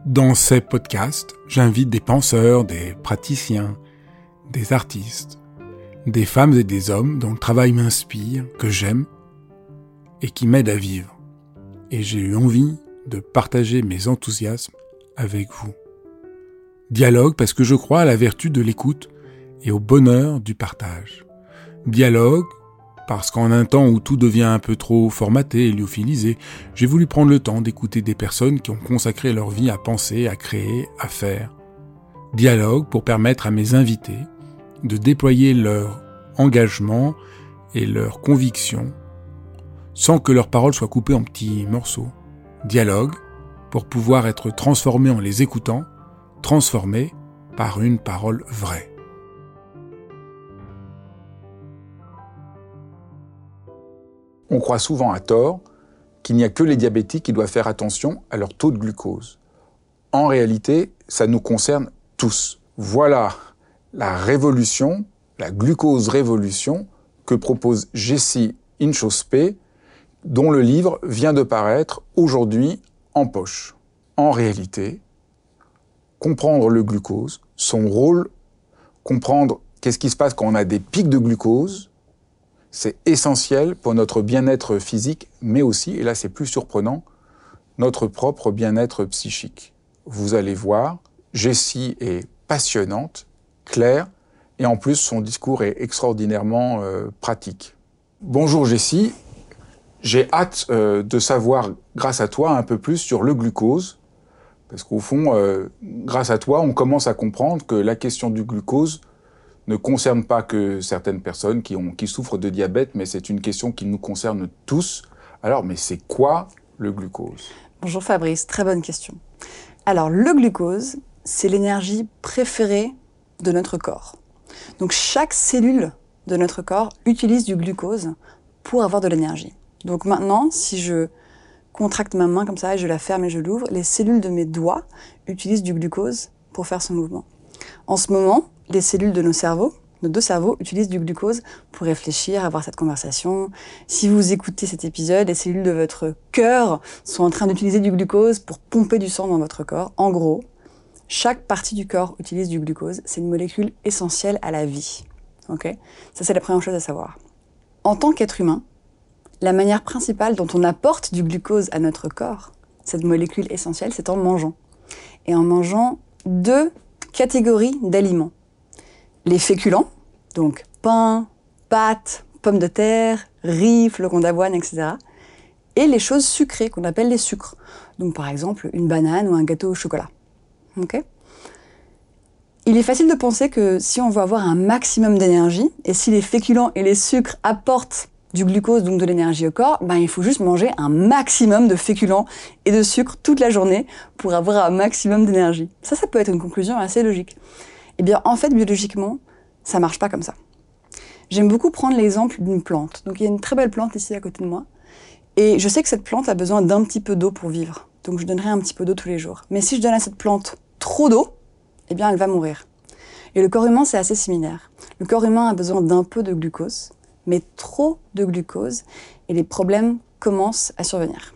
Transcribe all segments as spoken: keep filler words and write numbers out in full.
Dans ces podcasts, j'invite des penseurs, des praticiens, des artistes, des femmes et des hommes dont le travail m'inspire, que j'aime et qui m'aident à vivre. Et j'ai eu envie de partager mes enthousiasmes avec vous. Dialogue parce que je crois à la vertu de l'écoute et au bonheur du partage. Dialogue parce qu'en un temps où tout devient un peu trop formaté et lyophilisé, j'ai voulu prendre le temps d'écouter des personnes qui ont consacré leur vie à penser, à créer, à faire. Dialogue pour permettre à mes invités de déployer leur engagement et leur conviction sans que leurs paroles soient coupées en petits morceaux. Dialogue pour pouvoir être transformé en les écoutant, transformé par une parole vraie. On croit souvent à tort qu'il n'y a que les diabétiques qui doivent faire attention à leur taux de glucose. En réalité, ça nous concerne tous. Voilà la révolution, la glucose révolution que propose Jessie Inchauspé, dont le livre vient de paraître aujourd'hui en poche. En réalité, comprendre le glucose, son rôle, comprendre qu'est-ce qui se passe quand on a des pics de glucose, c'est essentiel pour notre bien-être physique, mais aussi, et là c'est plus surprenant, notre propre bien-être psychique. Vous allez voir, Jessie est passionnante, claire, et en plus son discours est extraordinairement euh, pratique. Bonjour Jessie, j'ai hâte euh, de savoir, grâce à toi, un peu plus sur le glucose, parce qu'au fond, euh, grâce à toi, on commence à comprendre que la question du glucose ne concerne pas que certaines personnes qui, ont, qui souffrent de diabète, mais c'est une question qui nous concerne tous. Alors, mais c'est quoi le glucose ? Bonjour Fabrice, très bonne question. Alors, le glucose, c'est l'énergie préférée de notre corps. Donc, chaque cellule de notre corps utilise du glucose pour avoir de l'énergie. Donc maintenant, si je contracte ma main comme ça et je la ferme et je l'ouvre, les cellules de mes doigts utilisent du glucose pour faire ce mouvement. En ce moment, les cellules de nos cerveaux, nos deux cerveaux, utilisent du glucose pour réfléchir, avoir cette conversation. Si vous écoutez cet épisode, les cellules de votre cœur sont en train d'utiliser du glucose pour pomper du sang dans votre corps. En gros, chaque partie du corps utilise du glucose. C'est une molécule essentielle à la vie. Okay ? Ça, c'est la première chose à savoir. En tant qu'être humain, la manière principale dont on apporte du glucose à notre corps, cette molécule essentielle, c'est en mangeant. Et en mangeant deux catégories d'aliments. Les féculents, donc pain, pâtes, pommes de terre, riz, flocons d'avoine, et cetera. Et les choses sucrées qu'on appelle les sucres. Donc par exemple une banane ou un gâteau au chocolat. Okay ? Il est facile de penser que si on veut avoir un maximum d'énergie, et si les féculents et les sucres apportent du glucose, donc de l'énergie au corps, ben il faut juste manger un maximum de féculents et de sucre toute la journée pour avoir un maximum d'énergie. Ça, ça peut être une conclusion assez logique. Eh bien, en fait, biologiquement, ça marche pas comme ça. J'aime beaucoup prendre l'exemple d'une plante. Donc, il y a une très belle plante ici à côté de moi. Et je sais que cette plante a besoin d'un petit peu d'eau pour vivre. Donc, je donnerai un petit peu d'eau tous les jours. Mais si je donne à cette plante trop d'eau, eh bien, elle va mourir. Et le corps humain, c'est assez similaire. Le corps humain a besoin d'un peu de glucose, mais trop de glucose, et les problèmes commencent à survenir.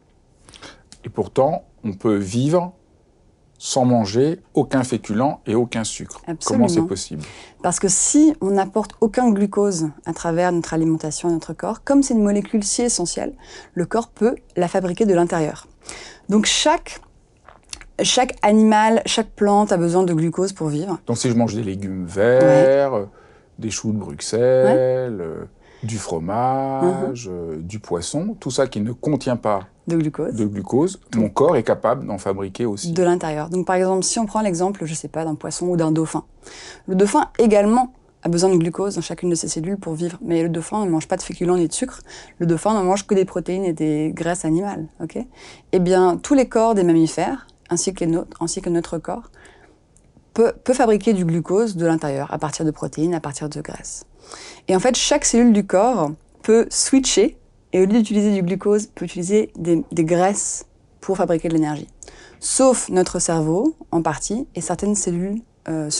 Et pourtant, on peut vivre sans manger aucun féculent et aucun sucre. Absolument. Comment c'est possible ? Parce que si on n'apporte aucun glucose à travers notre alimentation et notre corps, comme c'est une molécule si essentielle, le corps peut la fabriquer de l'intérieur. Donc chaque, chaque animal, chaque plante a besoin de glucose pour vivre. Donc si je mange des légumes verts, ouais. des choux de Bruxelles, ouais. euh, du fromage, mm-hmm. euh, du poisson, tout ça qui ne contient pas de glucose, de glucose mon corps est capable d'en fabriquer aussi. De l'intérieur. Donc par exemple, si on prend l'exemple, je sais pas, d'un poisson ou d'un dauphin. Le dauphin également a besoin de glucose dans chacune de ses cellules pour vivre. Mais le dauphin ne mange pas de féculents ni de sucre. Le dauphin ne mange que des protéines et des graisses animales. Okay ? Eh bien, tous les corps des mammifères, ainsi que les nôtres, ainsi que notre corps, peut, peut fabriquer du glucose de l'intérieur, à partir de protéines, à partir de graisses. Et en fait, chaque cellule du corps peut switcher, et au lieu d'utiliser du glucose, peut utiliser des, des graisses pour fabriquer de l'énergie. Sauf notre cerveau, en partie, et certaines cellules euh, sanguines.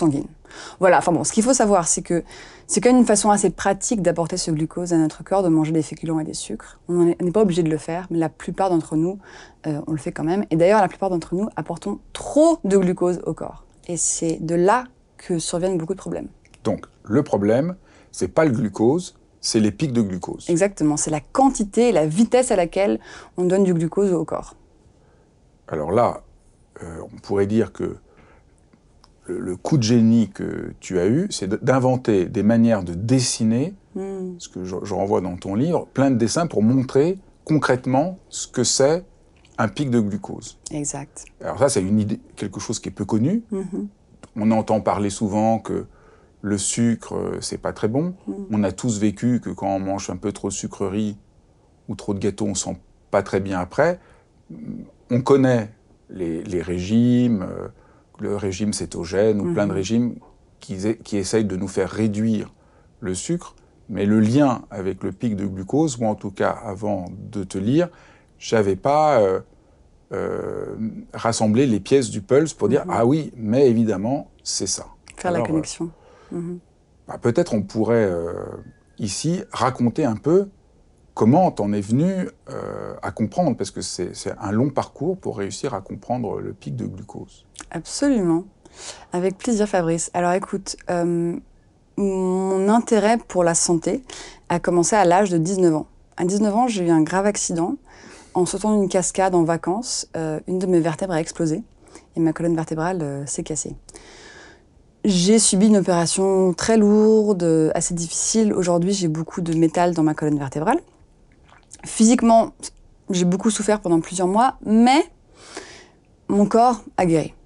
Voilà, enfin bon, ce qu'il faut savoir, c'est que c'est quand même une façon assez pratique d'apporter ce glucose à notre corps, de manger des féculents et des sucres. On n'est pas obligé de le faire, mais la plupart d'entre nous, euh, on le fait quand même. Et d'ailleurs, la plupart d'entre nous apportons trop de glucose au corps. Et c'est de là que surviennent beaucoup de problèmes. Donc, le problème, c'est pas le glucose, c'est les pics de glucose. Exactement, c'est la quantité et la vitesse à laquelle on donne du glucose au corps. Alors là, euh, on pourrait dire que le, le coup de génie que tu as eu, c'est d'inventer des manières de dessiner, mm. ce que je, je renvoie dans ton livre, plein de dessins pour montrer concrètement ce que c'est un pic de glucose. Exact. Alors ça, c'est une idée, quelque chose qui est peu connu. Mm-hmm. On entend parler souvent que le sucre, c'est pas très bon. Mm. On a tous vécu que quand on mange un peu trop de sucreries ou trop de gâteaux, on sent pas très bien après. On connaît les, les régimes, euh, le régime cétogène ou mm-hmm. plein de régimes qui, qui essayent de nous faire réduire le sucre. Mais le lien avec le pic de glucose, moi en tout cas, avant de te lire, j'avais pas euh, euh, rassemblé les pièces du puzzle pour dire mm-hmm. ah oui, mais évidemment, c'est ça. Faire Alors, la connexion. Euh, mm-hmm. bah, peut-être on pourrait euh, ici raconter un peu comment t'en es venu euh, à comprendre, parce que c'est un long parcours pour réussir à comprendre le pic de glucose. Absolument. Avec plaisir, Fabrice. Alors écoute, euh, mon intérêt pour la santé a commencé à l'âge de dix-neuf ans. À dix-neuf ans, j'ai eu un grave accident. En sautant d'une cascade en vacances, euh, une de mes vertèbres a explosé et ma colonne vertébrale euh, s'est cassée. J'ai subi une opération très lourde, assez difficile. Aujourd'hui, j'ai beaucoup de métal dans ma colonne vertébrale. Physiquement, j'ai beaucoup souffert pendant plusieurs mois, mais mon corps a guéri.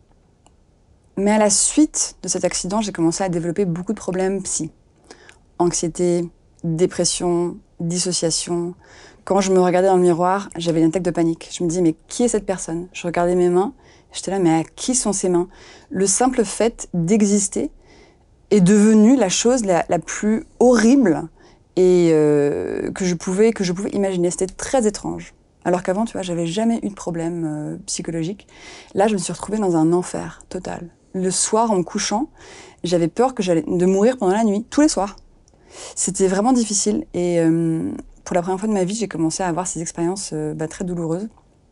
Mais à la suite de cet accident, j'ai commencé à développer beaucoup de problèmes psy. Anxiété, dépression, dissociation. Quand je me regardais dans le miroir, j'avais une attaque de panique. Je me disais, mais qui est cette personne? Je regardais mes mains, j'étais là, mais à qui sont ces mains? Le simple fait d'exister est devenu la chose la, la plus horrible et euh, que je pouvais que je pouvais imaginer. C'était très étrange. Alors qu'avant, tu vois, j'avais jamais eu de problème euh, psychologique. Là, je me suis retrouvée dans un enfer total. Le soir, en me couchant, j'avais peur que j'allais de mourir pendant la nuit, tous les soirs. C'était vraiment difficile. Et euh, pour la première fois de ma vie, j'ai commencé à avoir ces expériences euh, bah, très douloureuses.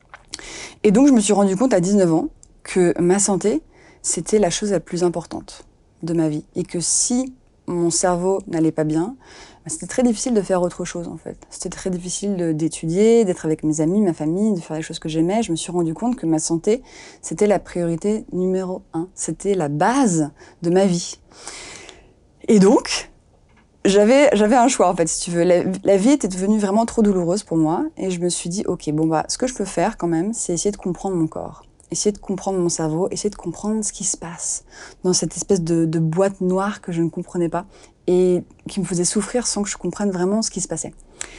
Et donc, je me suis rendu compte à dix-neuf ans que ma santé, c'était la chose la plus importante de ma vie. Et que si mon cerveau n'allait pas bien, c'était très difficile de faire autre chose, en fait. C'était très difficile d'étudier, d'être avec mes amis, ma famille, de faire les choses que j'aimais. Je me suis rendu compte que ma santé, c'était la priorité numéro un. C'était la base de ma vie. Et donc, j'avais j'avais un choix, en fait, si tu veux. La, la vie était devenue vraiment trop douloureuse pour moi. Et je me suis dit, OK, bon, bah, ce que je peux faire, quand même, c'est essayer de comprendre mon corps. Essayer de comprendre mon cerveau, essayer de comprendre ce qui se passe dans cette espèce de, de boîte noire que je ne comprenais pas et qui me faisait souffrir sans que je comprenne vraiment ce qui se passait.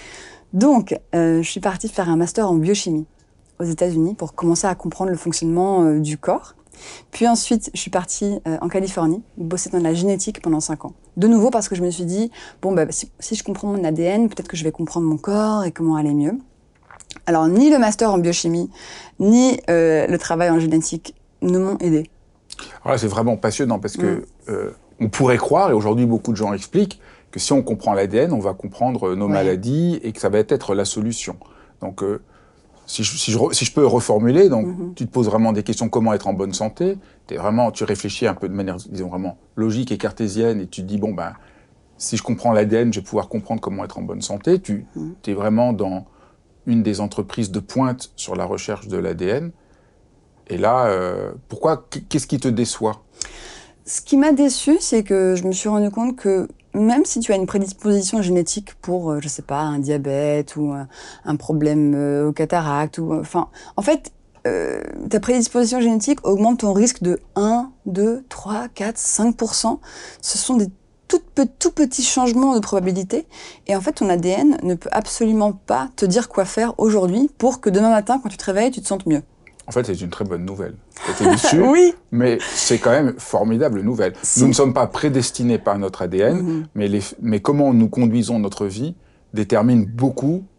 Donc, euh, je suis partie faire un master en biochimie aux États-Unis pour commencer à comprendre le fonctionnement euh, du corps. Puis ensuite, je suis partie euh, en Californie, bosser dans la génétique pendant cinq ans. De nouveau parce que je me suis dit, bon, bah, si, si je comprends mon A D N, peut-être que je vais comprendre mon corps et comment aller mieux. Alors, ni le master en biochimie, ni euh, le travail en génétique ne m'ont aidé. Alors là, c'est vraiment passionnant parce que mmh. euh, on pourrait croire, et aujourd'hui beaucoup de gens expliquent, que si on comprend l'A D N, on va comprendre nos ouais. maladies et que ça va être la solution. Donc, euh, si, je, si, je, si je peux reformuler, donc mmh. tu te poses vraiment des questions, comment être en bonne santé, t'es vraiment, tu réfléchis un peu de manière, disons, vraiment logique et cartésienne, et tu te dis, bon, ben, si je comprends l'A D N, je vais pouvoir comprendre comment être en bonne santé. Tu mmh. es vraiment dans une des entreprises de pointe sur la recherche de l'A D N. Et là, euh, pourquoi, qu'est-ce qui te déçoit? Ce qui m'a déçue, c'est que je me suis rendu compte que même si tu as une prédisposition génétique pour, euh, je sais pas, un diabète ou un, un problème euh, aux cataractes, ou, enfin, en fait, euh, ta prédisposition génétique augmente ton risque de un, deux, trois, quatre, cinq pour cent. Ce sont des tout, tout petits changements de probabilité. Et en fait, ton A D N ne peut absolument pas te dire quoi faire aujourd'hui pour que demain matin, quand tu te réveilles, tu te sentes mieux. En fait, c'est une très bonne nouvelle. J'étais déçu, oui. mais c'est quand même formidable nouvelle. Si. Nous ne sommes pas prédestinés par notre A D N, mm-hmm. mais, les, mais comment nous conduisons notre vie détermine beaucoup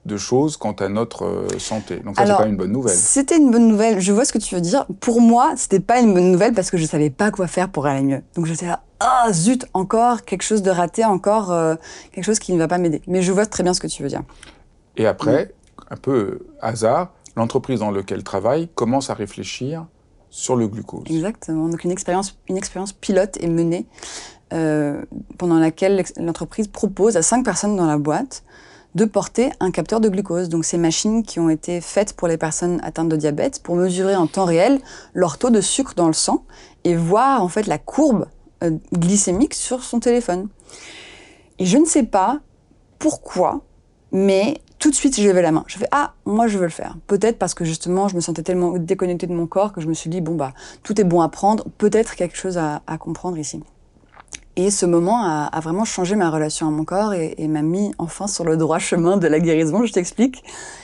de choses quant à notre euh, santé. Donc ça, c'est Alors, quand même une bonne nouvelle. C'était une bonne nouvelle. Je vois ce que tu veux dire. Pour moi, c'était pas une bonne nouvelle parce que je savais pas quoi faire pour aller mieux. Donc j'étais là, ah zut, encore quelque chose de raté, encore euh, quelque chose qui ne va pas m'aider. Mais je vois très bien ce que tu veux dire. Et après, mmh. un peu hasard, l'entreprise dans laquelle je travaille commence à réfléchir sur le glucose. Exactement. Donc une expérience, une expérience pilote est menée euh, pendant laquelle l'entreprise propose à cinq personnes dans la boîte de porter un capteur de glucose. Donc ces machines qui ont été faites pour les personnes atteintes de diabète pour mesurer en temps réel leur taux de sucre dans le sang et voir en fait la courbe euh, glycémique sur son téléphone. Et je ne sais pas pourquoi, mais tout de suite j'ai levé la main. Je fais ah moi je veux le faire. Peut-être parce que justement je me sentais tellement déconnectée de mon corps que je me suis dit bon bah tout est bon à prendre, peut-être quelque chose à, à comprendre ici. Et ce moment a, a vraiment changé ma relation à mon corps et, et m'a mis enfin sur le droit chemin de la guérison, je t'explique.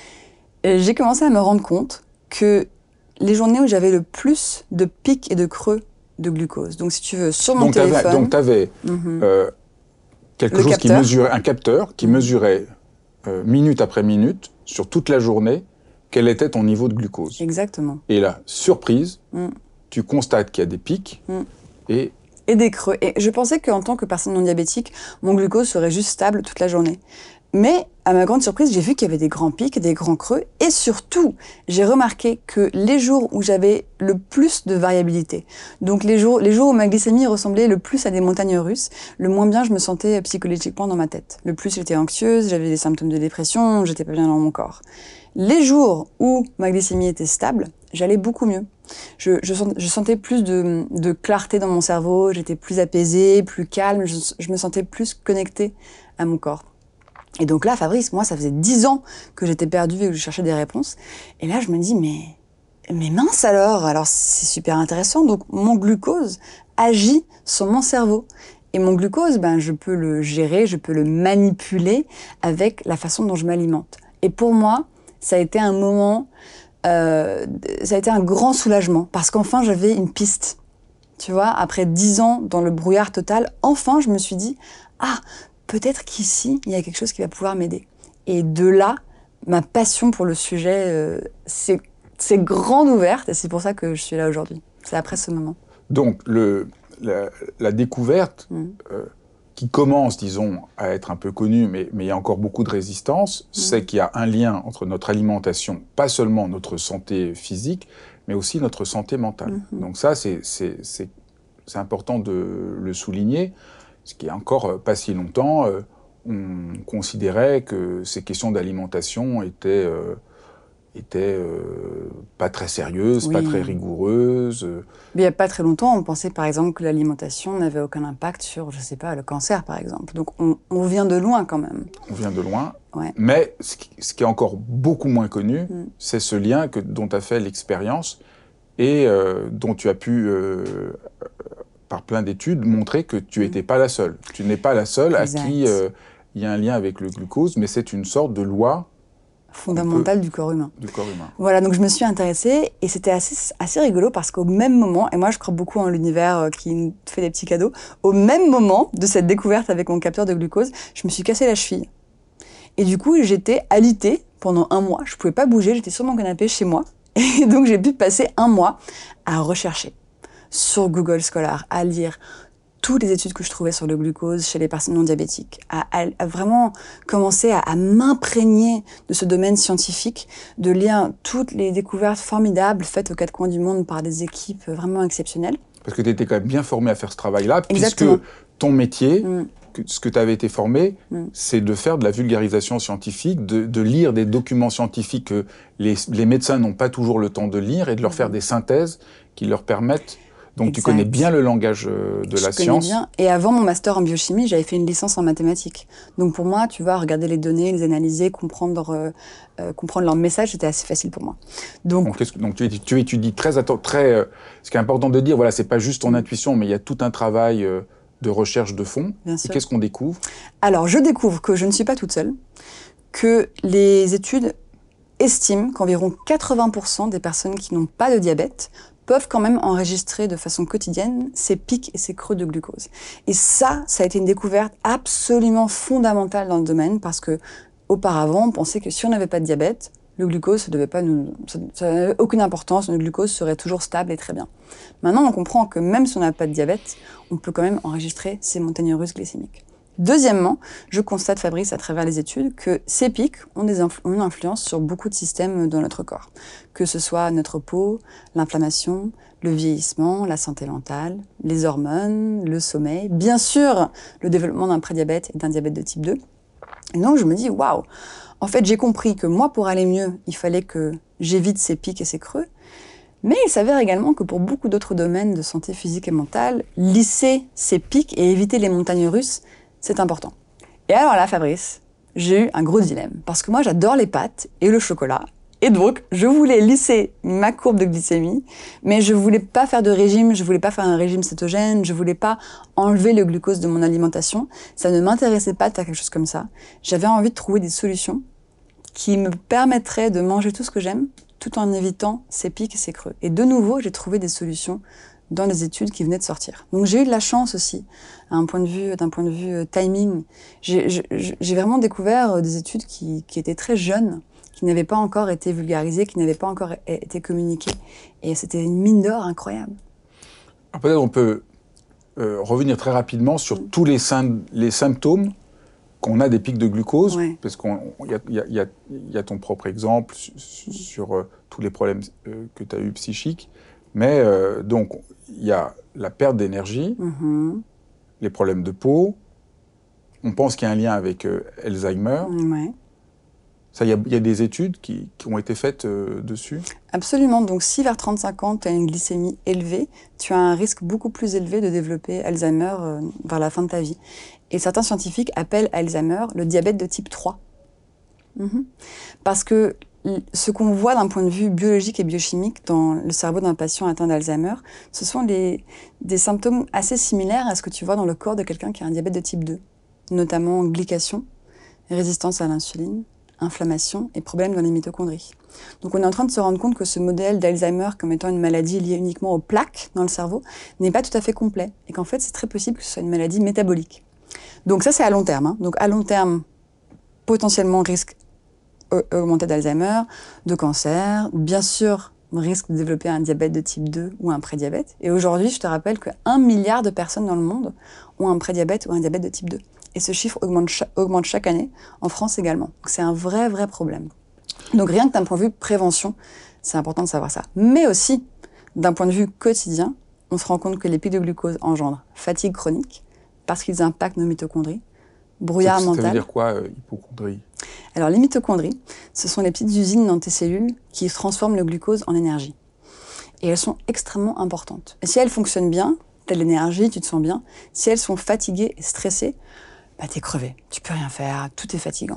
Et j'ai commencé à me rendre compte que les journées où j'avais le plus de pics et de creux de glucose, donc si tu veux, sur mon donc téléphone... T'avais, donc tu avais mm-hmm. euh, quelque le chose capteur. qui mesurait, un capteur qui mm-hmm. mesurait euh, minute après minute, sur toute la journée, quel était ton niveau de glucose. Exactement. Et là, surprise, mm. tu constates qu'il y a des pics mm. et... Et des creux. Et je pensais qu'en tant que personne non diabétique, mon glucose serait juste stable toute la journée. Mais, à ma grande surprise, j'ai vu qu'il y avait des grands pics, des grands creux. Et surtout, j'ai remarqué que les jours où j'avais le plus de variabilité, donc les jours, les jours où ma glycémie ressemblait le plus à des montagnes russes, le moins bien je me sentais psychologiquement dans ma tête. Le plus j'étais anxieuse, j'avais des symptômes de dépression, j'étais pas bien dans mon corps. Les jours où ma glycémie était stable, j'allais beaucoup mieux. Je, je, je sentais plus de, de clarté dans mon cerveau, j'étais plus apaisée, plus calme, je, je me sentais plus connectée à mon corps. Et donc là, Fabrice, moi, ça faisait dix ans que j'étais perdue et que je cherchais des réponses. Et là, je me dis, mais, mais mince alors, alors c'est super intéressant. Donc mon glucose agit sur mon cerveau. Et mon glucose, ben, je peux le gérer, je peux le manipuler avec la façon dont je m'alimente. Et pour moi, ça a été un moment... Euh, ça a été un grand soulagement parce qu'enfin j'avais une piste. Tu vois, après dix ans dans le brouillard total, enfin je me suis dit ah peut-être qu'ici il y a quelque chose qui va pouvoir m'aider. Et de là, ma passion pour le sujet euh, c'est c'est grande ouverte et c'est pour ça que je suis là aujourd'hui. C'est après ce moment. Donc le la, la découverte. Mmh. Euh, qui commence, disons, à être un peu connu, mais, mais il y a encore beaucoup de résistance, mmh. c'est qu'il y a un lien entre notre alimentation, pas seulement notre santé physique, mais aussi notre santé mentale. Mmh. Donc ça, c'est, c'est, c'est, c'est important de le souligner, parce qu'il y a encore pas si longtemps, euh, on considérait que ces questions d'alimentation étaient... Euh, était euh, pas très sérieuse, oui. pas très rigoureuse. Mais il n'y a pas très longtemps, on pensait par exemple que l'alimentation n'avait aucun impact sur, je sais pas, le cancer par exemple. Donc on, on vient de loin quand même. On vient de loin, ouais. mais ce qui, ce qui est encore beaucoup moins connu, mm. c'est ce lien que, dont tu as fait l'expérience et euh, dont tu as pu, euh, par plein d'études, montrer que tu n'étais mm. pas la seule. Tu n'es pas la seule exact. À qui il euh, y a un lien avec le glucose, mais c'est une sorte de loi fondamentale du corps humain. Du corps humain. Voilà, donc je me suis intéressée et c'était assez, assez rigolo parce qu'au même moment, et moi je crois beaucoup en l'univers qui nous fait des petits cadeaux, au même moment de cette découverte avec mon capteur de glucose, je me suis cassé la cheville. Et du coup, j'étais alitée pendant un mois, je pouvais pas bouger, j'étais sur mon canapé chez moi. Et donc j'ai pu passer un mois à rechercher sur Google Scholar, à lire toutes les études que je trouvais sur le glucose chez les personnes non diabétiques, à, à, à vraiment commencer à, à m'imprégner de ce domaine scientifique, de lire toutes les découvertes formidables faites aux quatre coins du monde par des équipes vraiment exceptionnelles. Parce que tu étais quand même bien formé à faire ce travail-là, exactement. Puisque ton métier, mm. que, ce que tu avais été formé, mm. c'est de faire de la vulgarisation scientifique, de, de lire des documents scientifiques que les, les médecins n'ont pas toujours le temps de lire et de leur mm. faire des synthèses qui leur permettent... Donc exact. Tu connais bien le langage de je la science. Bien. Et avant mon master en biochimie, j'avais fait une licence en mathématiques. Donc pour moi, tu vois, regarder les données, les analyser, comprendre, euh, euh, comprendre leur message, c'était assez facile pour moi. Donc, donc, que, donc tu, tu étudies très, très euh, ce qui est important de dire, voilà, c'est pas juste ton intuition, mais il y a tout un travail euh, de recherche de fond. Bien et sûr. Qu'est-ce qu'on découvre? Alors je découvre que je ne suis pas toute seule, que les études estiment qu'environ quatre-vingts pour cent des personnes qui n'ont pas de diabète peuvent quand même enregistrer de façon quotidienne ces pics et ces creux de glucose. Et ça, ça a été une découverte absolument fondamentale dans le domaine parce que auparavant, on pensait que si on n'avait pas de diabète, le glucose, ça devait pas nous, ça, ça n'avait aucune importance, le glucose serait toujours stable et très bien. Maintenant, on comprend que même si on n'a pas de diabète, on peut quand même enregistrer ces montagnes russes glycémiques. Deuxièmement, je constate, Fabrice, à travers les études, que ces pics ont, des influ- ont une influence sur beaucoup de systèmes dans notre corps. Que ce soit notre peau, l'inflammation, le vieillissement, la santé mentale, les hormones, le sommeil, bien sûr, le développement d'un prédiabète et d'un diabète de type deux. Et donc, je me dis, waouh! En fait, j'ai compris que moi, pour aller mieux, il fallait que j'évite ces pics et ces creux. Mais il s'avère également que pour beaucoup d'autres domaines de santé physique et mentale, lisser ces pics et éviter les montagnes russes, c'est important. Et alors là, Fabrice, j'ai eu un gros dilemme. Parce que moi, j'adore les pâtes et le chocolat. Et donc, je voulais lisser ma courbe de glycémie, mais je voulais pas faire de régime, je voulais pas faire un régime cétogène, je voulais pas enlever le glucose de mon alimentation. Ça ne m'intéressait pas de faire quelque chose comme ça. J'avais envie de trouver des solutions qui me permettraient de manger tout ce que j'aime, tout en évitant ces pics et ces creux. Et de nouveau, j'ai trouvé des solutions dans les études qui venaient de sortir. Donc j'ai eu de la chance aussi, d'un point de vue, d'un point de vue euh, timing. J'ai, j'ai vraiment découvert des études qui, qui étaient très jeunes, qui n'avaient pas encore été vulgarisées, qui n'avaient pas encore été communiquées. Et c'était une mine d'or incroyable. Alors peut-être on peut euh, revenir très rapidement sur mmh. tous les, les symptômes qu'on a des pics de glucose, ouais. parce qu'il y, y, y, y a ton propre exemple sur, sur euh, tous les problèmes euh, que tu as eu psychiques. Mais euh, donc, il y a la perte d'énergie, mmh. les problèmes de peau. On pense qu'il y a un lien avec euh, Alzheimer. Ouais. Ça, il y, y a des études qui, qui ont été faites euh, dessus. Absolument. Donc, si vers trente-cinq ans, tu as une glycémie élevée, tu as un risque beaucoup plus élevé de développer Alzheimer euh, vers la fin de ta vie. Et certains scientifiques appellent Alzheimer le diabète de type trois. Mmh. Parce que ce qu'on voit d'un point de vue biologique et biochimique dans le cerveau d'un patient atteint d'Alzheimer, ce sont les, des symptômes assez similaires à ce que tu vois dans le corps de quelqu'un qui a un diabète de type deux, notamment glycation, résistance à l'insuline, inflammation et problèmes dans les mitochondries. Donc on est en train de se rendre compte que ce modèle d'Alzheimer comme étant une maladie liée uniquement aux plaques dans le cerveau n'est pas tout à fait complet et qu'en fait c'est très possible que ce soit une maladie métabolique. Donc ça c'est à long terme. Hein. Donc à long terme, potentiellement risque augmenté d'Alzheimer, de cancer, bien sûr risque de développer un diabète de type deux ou un prédiabète. Et aujourd'hui, je te rappelle que un milliard de personnes dans le monde ont un prédiabète ou un diabète de type deux. Et ce chiffre augmente, cha- augmente chaque année, en France également. Donc c'est un vrai, vrai problème. Donc rien que d'un point de vue prévention, c'est important de savoir ça. Mais aussi, d'un point de vue quotidien, on se rend compte que les pics de glucose engendrent fatigue chronique, parce qu'ils impactent nos mitochondries, brouillard ça, mental. Ça veut dire quoi, euh, hypochondrie ? Alors, les mitochondries, ce sont les petites usines dans tes cellules qui transforment le glucose en énergie. Et elles sont extrêmement importantes. Et si elles fonctionnent bien, tu as de l'énergie, tu te sens bien. Si elles sont fatiguées et stressées, bah, t'es crevé, tu peux rien faire, tout est fatigant.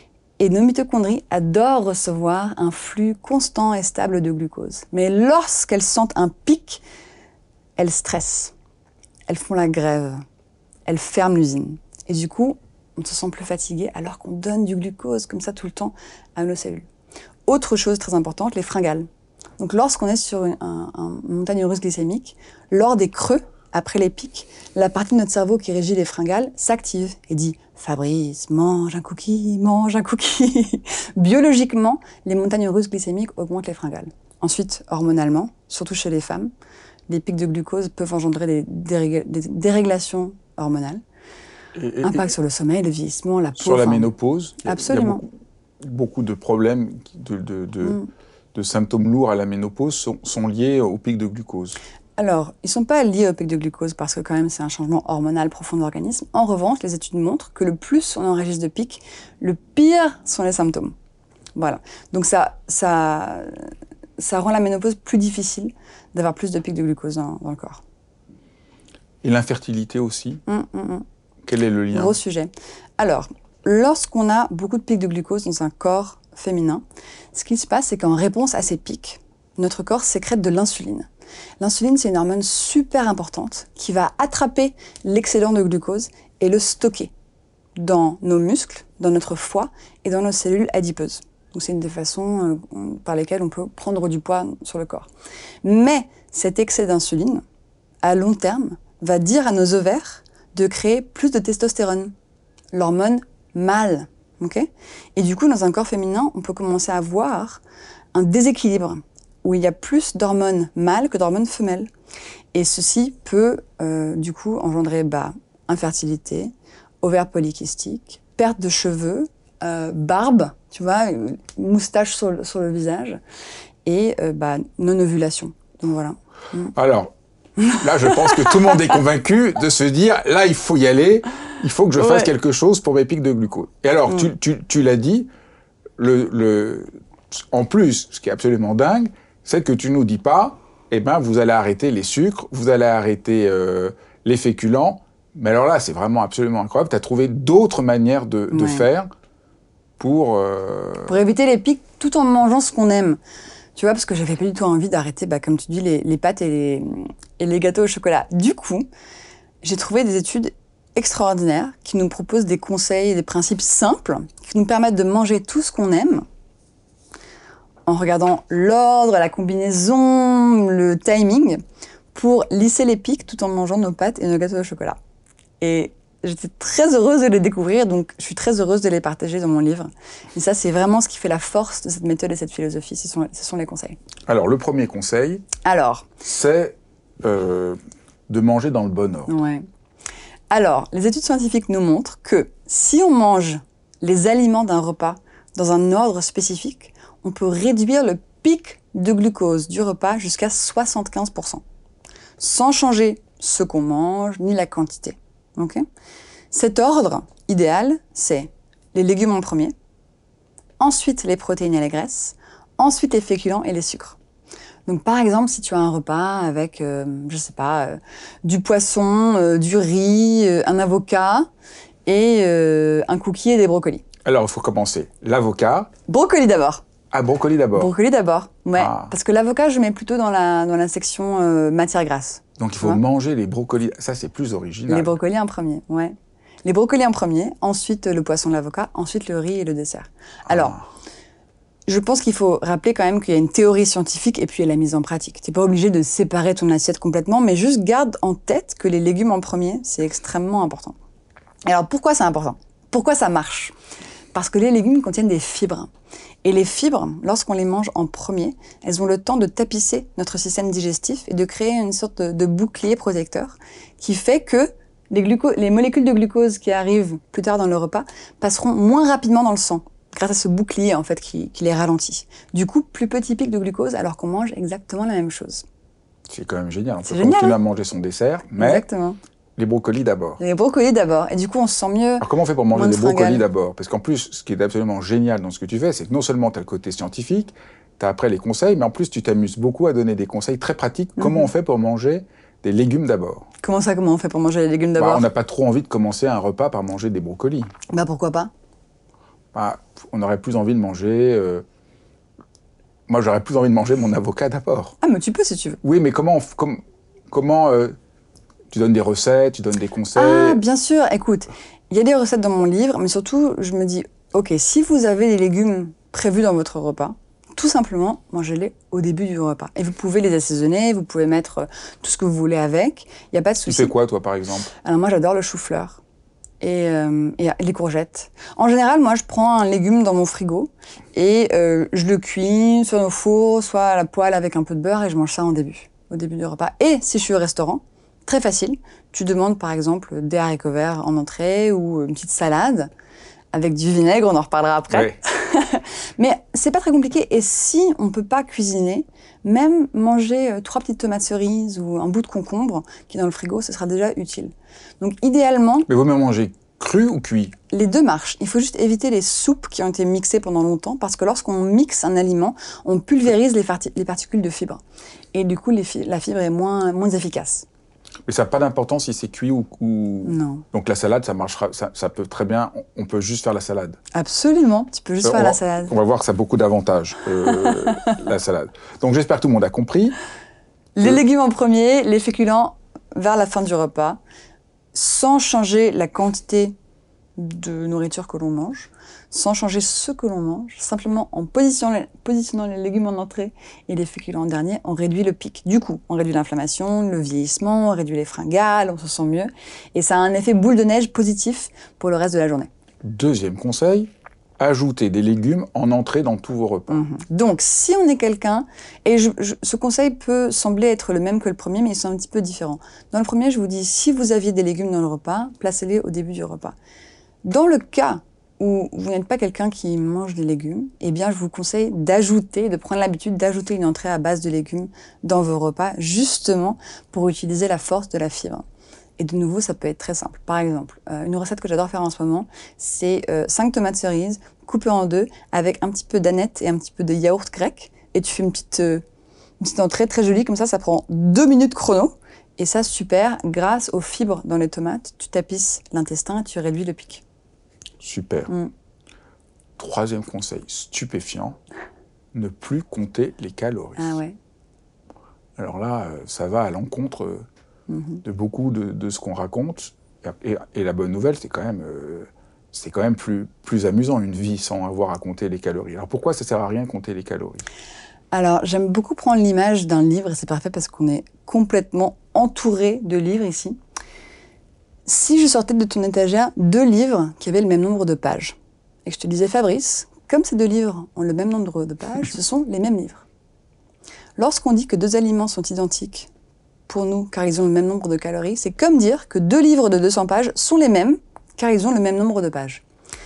Et nos mitochondries adorent recevoir un flux constant et stable de glucose. Mais lorsqu'elles sentent un pic, elles stressent. Elles font la grève. Elles ferment l'usine. Et du coup, on se sent plus fatigué alors qu'on donne du glucose comme ça tout le temps à nos cellules. Autre chose très importante, les fringales. Donc lorsqu'on est sur une, un, un montagne russe glycémique, lors des creux, après les pics, la partie de notre cerveau qui régit les fringales s'active et dit « Fabrice, mange un cookie, mange un cookie ». Biologiquement, les montagnes russes glycémiques augmentent les fringales. Ensuite, hormonalement, surtout chez les femmes, les pics de glucose peuvent engendrer des, dérég- des déréglations hormonales. Et, et, Impact et sur le sommeil, le vieillissement, la peau. Sur la enfin, ménopause, absolument. Il y a beaucoup, beaucoup de problèmes, de, de, de, mm. de symptômes lourds à la ménopause sont, sont liés au pic de glucose. Alors, ils ne sont pas liés au pic de glucose parce que quand même c'est un changement hormonal profond de l'organisme. En revanche, les études montrent que le plus on enregistre de pics, le pire sont les symptômes. Voilà. Donc ça, ça, ça rend la ménopause plus difficile d'avoir plus de pics de glucose dans, dans le corps. Et l'infertilité aussi mm, mm, mm. Quel est le lien ? Gros sujet. Alors, lorsqu'on a beaucoup de pics de glucose dans un corps féminin, ce qui se passe, c'est qu'en réponse à ces pics, notre corps sécrète de l'insuline. L'insuline, c'est une hormone super importante qui va attraper l'excédent de glucose et le stocker dans nos muscles, dans notre foie et dans nos cellules adipeuses. Donc, c'est une des façons euh, par lesquelles on peut prendre du poids sur le corps. Mais cet excès d'insuline, à long terme, va dire à nos ovaires de créer plus de testostérone, l'hormone mâle. Okay, et du coup, dans un corps féminin, on peut commencer à voir un déséquilibre où il y a plus d'hormones mâles que d'hormones femelles. Et ceci peut, euh, du coup, engendrer bah, infertilité, ovaires polykystiques, perte de cheveux, euh, barbe, tu vois, moustache sur le, sur le visage, et euh, bah, non-ovulation. Donc voilà. Mm. Alors, là, je pense que tout le monde est convaincu de se dire, là, il faut y aller, il faut que je fasse Ouais. quelque chose pour mes pics de glucose. Et alors, Mm. tu, tu, tu l'as dit, le, le, en plus, ce qui est absolument dingue, c'est que tu nous dis pas, eh ben, vous allez arrêter les sucres, vous allez arrêter euh, les féculents. Mais alors là, c'est vraiment absolument incroyable. Tu as trouvé d'autres manières de, de Ouais. faire pour... Euh... Pour éviter les pics tout en mangeant ce qu'on aime. Tu vois, parce que j'avais pas du tout envie d'arrêter, bah, comme tu dis, les, les pâtes et les, et les gâteaux au chocolat. Du coup, j'ai trouvé des études extraordinaires qui nous proposent des conseils et des principes simples qui nous permettent de manger tout ce qu'on aime en regardant l'ordre, la combinaison, le timing pour lisser les pics tout en mangeant nos pâtes et nos gâteaux au chocolat. Et j'étais très heureuse de les découvrir, donc je suis très heureuse de les partager dans mon livre. Et ça, c'est vraiment ce qui fait la force de cette méthode et cette philosophie, ce sont, ce sont les conseils. Alors, le premier conseil, Alors, c'est euh, de manger dans le bon ordre. ouais. Alors, les études scientifiques nous montrent que si on mange les aliments d'un repas dans un ordre spécifique, on peut réduire le pic de glucose du repas jusqu'à soixante-quinze pour cent, sans changer ce qu'on mange ni la quantité. Okay ? Cet ordre idéal, c'est les légumes en premier, ensuite les protéines et les graisses, ensuite les féculents et les sucres. Donc par exemple, si tu as un repas avec, euh, je sais pas, euh, du poisson, euh, du riz, euh, un avocat et euh, un cookie et des brocolis. Alors, il faut commencer. L'avocat. Brocoli d'abord. Ah, brocoli d'abord. Brocoli d'abord, ouais. Ah. Parce que l'avocat, je mets plutôt dans la, dans la section euh, matière grasse. Donc, il faut Ouais. manger les brocolis. Ça, c'est plus original. Les brocolis en premier, ouais. Les brocolis en premier, ensuite le poisson, l'avocat, ensuite le riz et le dessert. Alors, Ah. je pense qu'il faut rappeler quand même qu'il y a une théorie scientifique et puis il y a la mise en pratique. Tu n'es pas obligé de séparer ton assiette complètement, mais juste garde en tête que les légumes en premier, c'est extrêmement important. Alors, pourquoi c'est important ? Pourquoi ça marche ? Parce que les légumes contiennent des fibres. Et les fibres, lorsqu'on les mange en premier, elles ont le temps de tapisser notre système digestif et de créer une sorte de, de bouclier protecteur qui fait que les, gluco- les molécules de glucose qui arrivent plus tard dans le repas passeront moins rapidement dans le sang, grâce à ce bouclier en fait qui, qui les ralentit. Du coup, plus petit pic de glucose alors qu'on mange exactement la même chose. C'est quand même génial. On C'est peut génial, continuer hein ? à manger son dessert, mais Exactement. les brocolis d'abord. Les brocolis d'abord. Et du coup, on se sent mieux. Alors, comment on fait pour manger Moins de des brocolis fringales. d'abord? Parce qu'en plus, ce qui est absolument génial dans ce que tu fais, c'est que non seulement tu as le côté scientifique, tu as après les conseils, mais en plus, tu t'amuses beaucoup à donner des conseils très pratiques. Mhm. Comment on fait pour manger des légumes d'abord? Comment ça, comment on fait pour manger les légumes Bah, d'abord ? on n'a pas trop envie de commencer un repas par manger des brocolis. Bah pourquoi pas ? Bah, on aurait plus envie de manger... euh, Moi, j'aurais plus envie de manger mon avocat d'abord. Ah, mais tu peux si tu veux. Oui, mais comment... on f- com- comment euh, tu donnes des recettes, tu donnes des conseils. Ah, bien sûr. Écoute, il y a des recettes dans mon livre, mais surtout, je me dis, ok, si vous avez des légumes prévus dans votre repas, tout simplement, mangez-les au début du repas. Et vous pouvez les assaisonner, vous pouvez mettre euh, tout ce que vous voulez avec. Il n'y a pas de Tu souci. fais quoi, toi, par exemple? Alors moi, j'adore le chou-fleur et, euh, et les courgettes. En général, moi, je prends un légume dans mon frigo et euh, je le cuis soit au four, soit à la poêle avec un peu de beurre et je mange ça en début, au début du repas. Et si je suis au restaurant, très facile, tu demandes par exemple des haricots verts en entrée ou une petite salade avec du vinaigre, on en reparlera après. Ouais. Mais c'est pas très compliqué. Et si on peut pas cuisiner, même manger euh, trois petites tomates cerises ou un bout de concombre qui est dans le frigo, ce sera déjà utile. Donc idéalement, Mais vaut mieux manger cru ou cuit? les deux marchent. Il faut juste éviter les soupes qui ont été mixées pendant longtemps parce que lorsqu'on mixe un aliment, on pulvérise les, farti- les particules de fibres. Et du coup, les fi- la fibre est moins, moins efficace. Mais ça n'a pas d'importance si c'est cuit ou... ou- Non. Donc la salade, ça marchera, ça, ça peut très bien... On, on peut juste faire la salade. Absolument. Tu peux juste Euh, faire on la va- salade. On va voir que ça a beaucoup d'avantages, euh, la salade. Donc j'espère que tout le monde a compris. Les Euh. légumes en premier, les féculents vers la fin du repas, sans changer la quantité de nourriture que l'on mange, sans changer ce que l'on mange, simplement en positionnant les, positionnant les légumes en entrée et les féculents en dernier, on réduit le pic. Du coup, on réduit l'inflammation, le vieillissement, on réduit les fringales, on se sent mieux. Et ça a un effet boule de neige positif pour le reste de la journée. Deuxième conseil, Ajoutez des légumes en entrée dans tous vos repas. Mmh. Donc, si on est quelqu'un, et je, je, ce conseil peut sembler être le même que le premier, mais ils sont un petit peu différents. Dans le premier, je vous dis, si vous aviez des légumes dans le repas, placez-les au début du repas. Dans le cas où vous n'êtes pas quelqu'un qui mange des légumes, eh bien, je vous conseille d'ajouter, de prendre l'habitude d'ajouter une entrée à base de légumes dans vos repas, justement pour utiliser la force de la fibre. Et de nouveau, ça peut être très simple. Par exemple, euh, une recette que j'adore faire en ce moment, c'est euh, cinq tomates cerises coupées en deux avec un petit peu d'aneth et un petit peu de yaourt grec. Et tu fais une petite, euh, une petite entrée très jolie, comme ça, ça prend deux minutes chrono. Et ça, super, grâce aux fibres dans les tomates, tu tapisses l'intestin et tu réduis le pic. Super. Mm. Troisième conseil, stupéfiant, ne plus compter les calories. Ah ouais. Alors là, ça va à l'encontre... Euh, de beaucoup de, de ce qu'on raconte. Et, et la bonne nouvelle, c'est quand même, euh, c'est quand même plus, plus amusant, une vie sans avoir à compter les calories. Alors pourquoi ça sert à rien compter les calories? Alors, j'aime beaucoup prendre l'image d'un livre, et c'est parfait parce qu'on est complètement entouré de livres ici. Si je sortais de ton étagère deux livres qui avaient le même nombre de pages, et que je te disais, Fabrice, comme ces deux livres ont le même nombre de pages, ce sont les mêmes livres. Lorsqu'on dit que deux aliments sont identiques, pour nous, car ils ont le même nombre de calories, c'est comme dire que deux livres de deux cents pages sont les mêmes, car ils ont le même nombre de pages.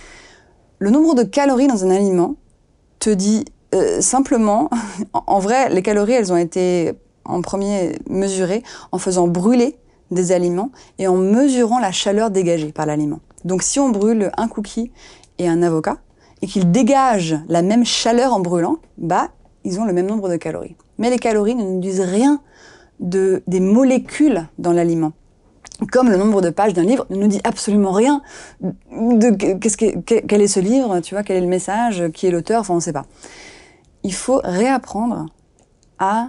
Le nombre de calories dans un aliment te dit euh, simplement, en vrai, les calories, elles ont été en premier mesurées en faisant brûler des aliments et en mesurant la chaleur dégagée par l'aliment. Donc si on brûle un cookie et un avocat, et qu'ils dégagent la même chaleur en brûlant, bah, ils ont le même nombre de calories. Mais les calories ne nous disent rien De, des molécules dans l'aliment. Comme le nombre de pages d'un livre ne nous dit absolument rien de qu'est-ce que, quel est ce livre, tu vois, quel est le message, qui est l'auteur, enfin on ne sait pas. Il faut réapprendre à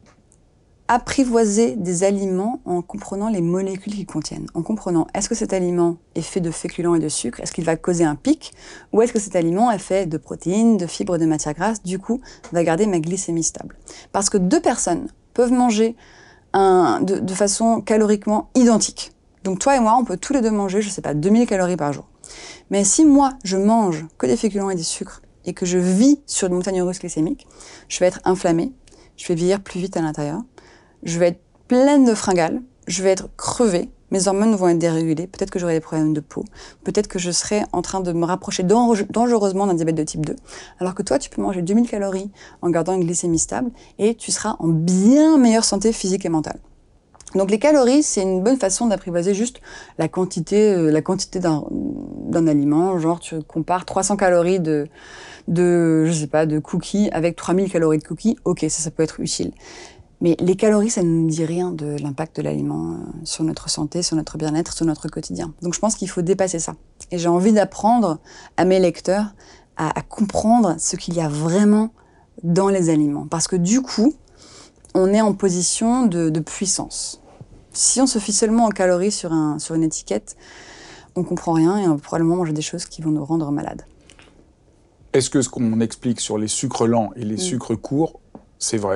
apprivoiser des aliments en comprenant les molécules qu'ils contiennent, en comprenant est-ce que cet aliment est fait de féculents et de sucre, est-ce qu'il va causer un pic, ou est-ce que cet aliment est fait de protéines, de fibres, de matières grasses, du coup va garder ma glycémie stable. Parce que deux personnes peuvent manger un, de, de façon caloriquement identique. Donc toi et moi, on peut tous les deux manger, je sais pas, deux mille calories par jour. Mais si moi, je mange que des féculents et des sucres et que je vis sur une montagne russe glycémique, je vais être inflammée, je vais vieillir plus vite à l'intérieur, je vais être pleine de fringales, je vais être crevée, mes hormones vont être dérégulées, peut-être que j'aurai des problèmes de peau, peut-être que je serai en train de me rapprocher dangereusement d'un diabète de type deux, alors que toi, tu peux manger deux mille calories en gardant une glycémie stable et tu seras en bien meilleure santé physique et mentale. Donc les calories, c'est une bonne façon d'apprivoiser juste la quantité, euh, la quantité d'un, d'un aliment. Genre, tu compares trois cents calories de, de, je sais pas, de cookies avec trois mille calories de cookies. Ok, ça, ça peut être utile. Mais les calories, ça ne nous dit rien de l'impact de l'aliment sur notre santé, sur notre bien-être, sur notre quotidien. Donc je pense qu'il faut dépasser ça. Et j'ai envie d'apprendre à mes lecteurs à, à comprendre ce qu'il y a vraiment dans les aliments. Parce que du coup, on est en position de, de puissance. Si on se fie seulement en calories sur, un, sur une étiquette, on comprend rien et on va probablement manger des choses qui vont nous rendre malades. Est-ce que ce qu'on explique sur les sucres lents et les mmh. sucres courts, c'est vrai ?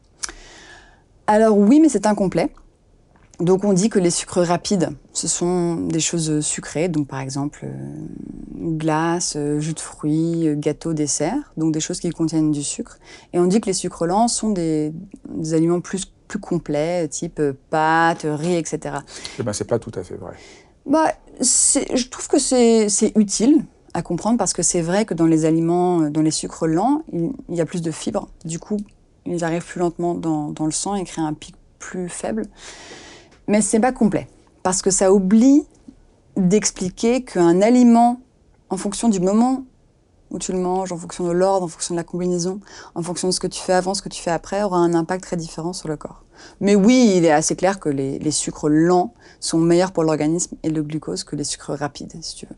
Alors oui, mais c'est incomplet. Donc on dit que les sucres rapides, ce sont des choses sucrées, donc par exemple euh, glace, euh, jus de fruits, euh, gâteau, dessert, donc des choses qui contiennent du sucre. Et on dit que les sucres lents sont des, des aliments plus, plus complets, type euh, pâtes, riz, et cetera. Eh ben c'est pas tout à fait vrai. Bah, c'est, je trouve que c'est, c'est utile à comprendre parce que c'est vrai que dans les aliments, dans les sucres lents, il, il y a plus de fibres. Du coup, ils arrivent plus lentement dans, dans le sang et créent un pic plus faible. Mais c'est pas complet, parce que ça oublie d'expliquer qu'un aliment, en fonction du moment où tu le manges, en fonction de l'ordre, en fonction de la combinaison, en fonction de ce que tu fais avant, ce que tu fais après, aura un impact très différent sur le corps. Mais oui, il est assez clair que les, les sucres lents sont meilleurs pour l'organisme et le glucose que les sucres rapides, si tu veux.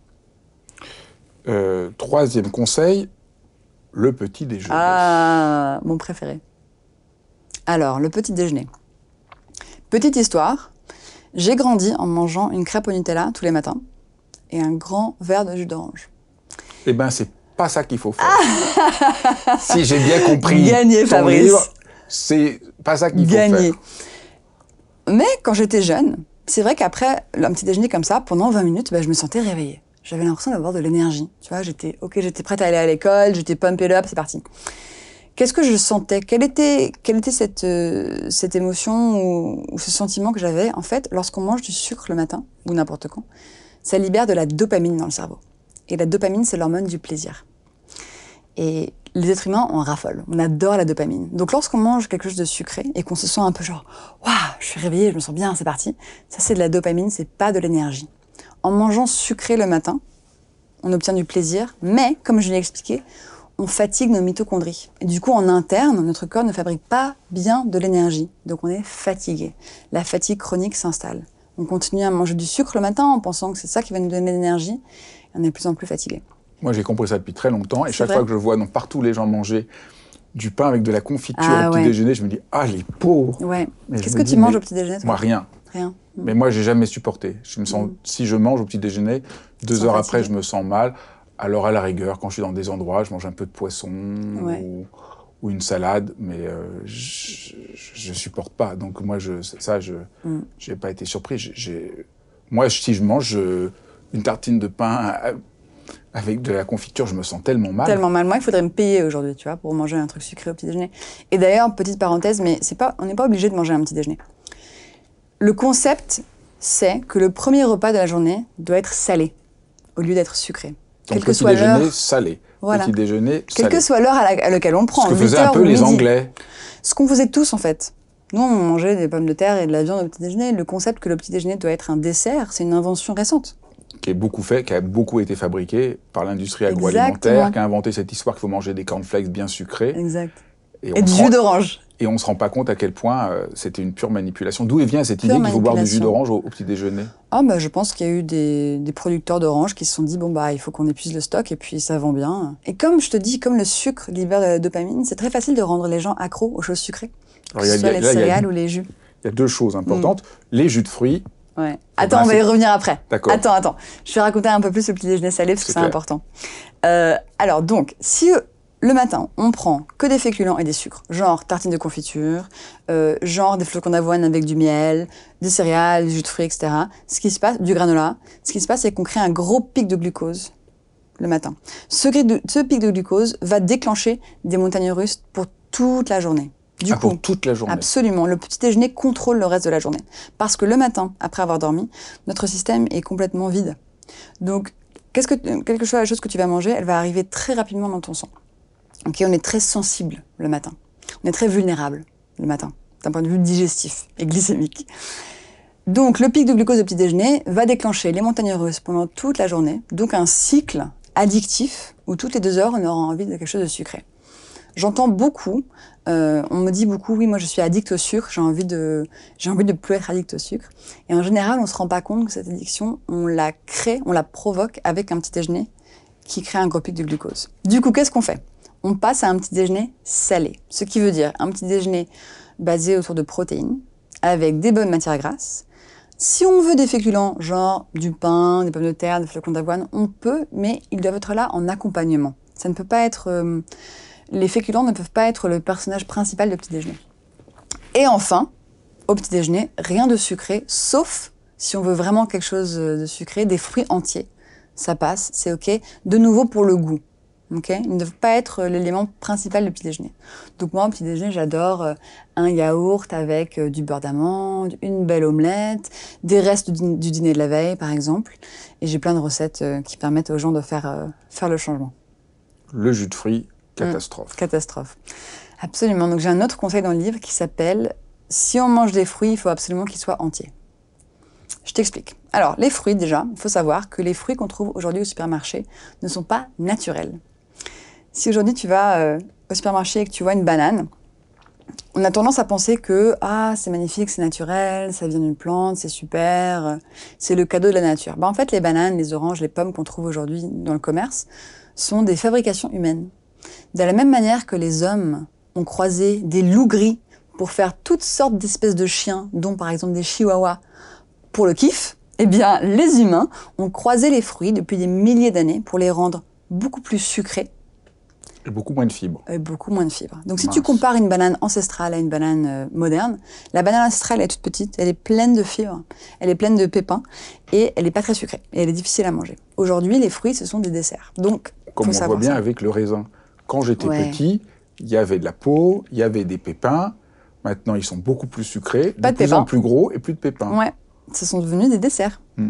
Euh, troisième conseil, le petit déjeuner. Ah, mon préféré. Alors, le petit déjeuner. Petite histoire, j'ai grandi en mangeant une crêpe au Nutella tous les matins et un grand verre de jus d'orange. Eh ben, c'est pas ça qu'il faut faire. Ah si j'ai bien compris Gagné, ton Fabrice. livre, c'est pas ça qu'il Gagné. faut faire. Mais quand j'étais jeune, c'est vrai qu'après un petit déjeuner comme ça, pendant vingt minutes, ben, je me sentais réveillée. j'avais l'impression d'avoir de l'énergie. Tu vois, j'étais, ok, j'étais prête à aller à l'école, j'étais pumped up, c'est parti. Qu'est-ce que je sentais? Quelle était, quelle était cette, euh, cette émotion ou, ou ce sentiment que j'avais? En fait, lorsqu'on mange du sucre le matin, ou n'importe quand, ça libère de la dopamine dans le cerveau. Et la dopamine, c'est l'hormone du plaisir. Et les êtres humains, on raffole. On adore la dopamine. Donc lorsqu'on mange quelque chose de sucré et qu'on se sent un peu genre « Waouh, je suis réveillée, je me sens bien, c'est parti », ça c'est de la dopamine, c'est pas de l'énergie. En mangeant sucré le matin, on obtient du plaisir, mais, comme je l'ai expliqué, on fatigue nos mitochondries. Et du coup, en interne, notre corps ne fabrique pas bien de l'énergie. Donc on est fatigué. La fatigue chronique s'installe. On continue à manger du sucre le matin en pensant que c'est ça qui va nous donner de l'énergie. Et on est de plus en plus fatigué. Moi, j'ai compris ça depuis très longtemps. Et C'est chaque vrai. fois que je vois donc, partout les gens manger du pain avec de la confiture Ah, au petit ouais. déjeuner, je me dis « Ah, les pauvres !» Ouais. Mais je Qu'est-ce me que dis, tu manges mais au petit déjeuner, toi? Moi, rien. Rien. Mais moi, j'ai jamais supporté. Je me sens, Mm. Si je mange au petit déjeuner, deux Sans heures fatiguer. après, je me sens mal. Alors, à la rigueur, quand je suis dans des endroits, je mange un peu de poisson Ouais. ou, ou une salade, mais euh, je, je, je supporte pas. Donc, moi, je, ça, je Mm. j'ai pas été surpris. J'ai- J'ai, moi, si je mange je, une tartine de pain avec de la confiture, je me sens tellement mal. Tellement mal. Moi, il faudrait me payer aujourd'hui, tu vois, pour manger un truc sucré au petit déjeuner. Et d'ailleurs, petite parenthèse, mais c'est pas, on n'est pas obligé de manger un petit déjeuner. Le concept, c'est que le premier repas de la journée doit être salé, au lieu d'être sucré. Donc, Quelle que petit soit déjeuner l'heure, salé. Voilà. Petit déjeuner quelle salé. que soit l'heure à, la- à laquelle on le prend, Ce que huit faisaient un heures peu ou les midi. Anglais. Ce qu'on faisait tous, en fait. Nous, on mangeait des pommes de terre et de la viande au petit déjeuner. Le concept que le petit déjeuner doit être un dessert, c'est une invention récente. Qui est beaucoup fait, qui a beaucoup été fabriqué par l'industrie Exactement. agroalimentaire, qui a inventé cette histoire qu'il faut manger des cornflakes bien sucrés. Exact. Et, Et on du se jus rend- d'orange. et on se rend pas compte à quel point euh, c'était une pure manipulation. D'où vient cette Pure idée qu'il faut boire du jus manipulation. d'orange au, au petit déjeuner? Ah bah, je pense qu'il y a eu des, des producteurs d'orange qui se sont dit bon bah il faut qu'on épuise le stock et puis ça vend bien. Et comme je te dis, comme le sucre libère de la dopamine, c'est très facile de rendre les gens accros aux choses sucrées. Alors, Que il y a- ce soit il y a- les là, il y a- céréales ou les jus. Il y a deux choses importantes. Les jus de fruits. Ouais. Attends, ben, on va y c'est- revenir après. D'accord. Attends, attends. Je vais raconter un peu plus le petit déjeuner salé parce que C'est c'est clair. important. Euh, alors donc, si euh, le matin on prend que des féculents et des sucres, genre tartine de confiture, euh, genre des flocons d'avoine avec du miel, des céréales, du jus de fruits, et cetera. Ce qui se passe, du granola. Ce qui se passe, c'est qu'on crée un gros pic de glucose le matin. Ce, gri- de- ce pic de glucose va déclencher des montagnes russes pour toute la journée. Du Ah, coup, pour toute la journée. absolument. Le petit déjeuner contrôle le reste de la journée. Parce que le matin, après avoir dormi, notre système est complètement vide. Donc, qu'est-ce que, quelque chose, la chose que tu vas manger, elle va arriver très rapidement dans ton sang. Ok, on est très sensible le matin. On est très vulnérable le matin, d'un point de vue digestif et glycémique. Donc, le pic de glucose au petit déjeuner va déclencher les montagnes russes pendant toute la journée. Donc, un cycle addictif où toutes les deux heures, on aura envie de quelque chose de sucré. J'entends beaucoup, euh, on me dit beaucoup, oui, moi je suis addict au sucre, j'ai envie de, j'ai envie de plus être addict au sucre. Et en général, on se rend pas compte que cette addiction, on la crée, on la provoque avec un petit déjeuner qui crée un gros pic de glucose. Du coup, qu'est-ce qu'on fait? On passe à un petit déjeuner salé. Ce qui veut dire un petit déjeuner basé autour de protéines, avec des bonnes matières grasses. Si on veut des féculents, genre du pain, des pommes de terre, des flocons d'avoine, on peut, mais ils doivent être là en accompagnement. Ça ne peut pas être... euh, les féculents ne peuvent pas être le personnage principal du petit déjeuner. Et enfin, au petit déjeuner, rien de sucré, sauf si on veut vraiment quelque chose de sucré, des fruits entiers. Ça passe, c'est ok. De nouveau pour le goût. Okay, ils ne doivent pas être l'élément principal du petit déjeuner. Donc moi, au petit déjeuner, j'adore euh, un yaourt avec euh, du beurre d'amande, une belle omelette, des restes du, dî- du dîner de la veille, par exemple. Et j'ai plein de recettes euh, qui permettent aux gens de faire, euh, faire le changement. Le jus de fruits, catastrophe. Mmh, catastrophe. Absolument. Donc j'ai un autre conseil dans le livre qui s'appelle « Si on mange des fruits, il faut absolument qu'ils soient entiers ». Je t'explique. Alors, les fruits, déjà, il faut savoir que les fruits qu'on trouve aujourd'hui au supermarché ne sont pas naturels. Si aujourd'hui tu vas euh, au supermarché et que tu vois une banane, on a tendance à penser que ah c'est magnifique, c'est naturel, ça vient d'une plante, c'est super, euh, c'est le cadeau de la nature. Ben, en fait, les bananes, les oranges, les pommes qu'on trouve aujourd'hui dans le commerce sont des fabrications humaines. De la même manière que les hommes ont croisé des loups gris pour faire toutes sortes d'espèces de chiens, dont par exemple des chihuahuas, pour le kiff, eh bien les humains ont croisé les fruits depuis des milliers d'années pour les rendre beaucoup plus sucrés, Et beaucoup moins de fibres. Et beaucoup moins de fibres. Donc si Mince. tu compares une banane ancestrale à une banane euh, moderne, la banane ancestrale est toute petite, elle est pleine de fibres, elle est pleine de pépins, et elle n'est pas très sucrée, et elle est difficile à manger. Aujourd'hui, les fruits, ce sont des desserts. Donc, Comme faut on voit savoir bien ça. avec le raisin. Quand j'étais Ouais. petit, il y avait de la peau, il y avait des pépins. Maintenant, ils sont beaucoup plus sucrés, Pas de de plus pépins. en plus gros et plus de pépins. Ouais, ce sont devenus des desserts. Hmm.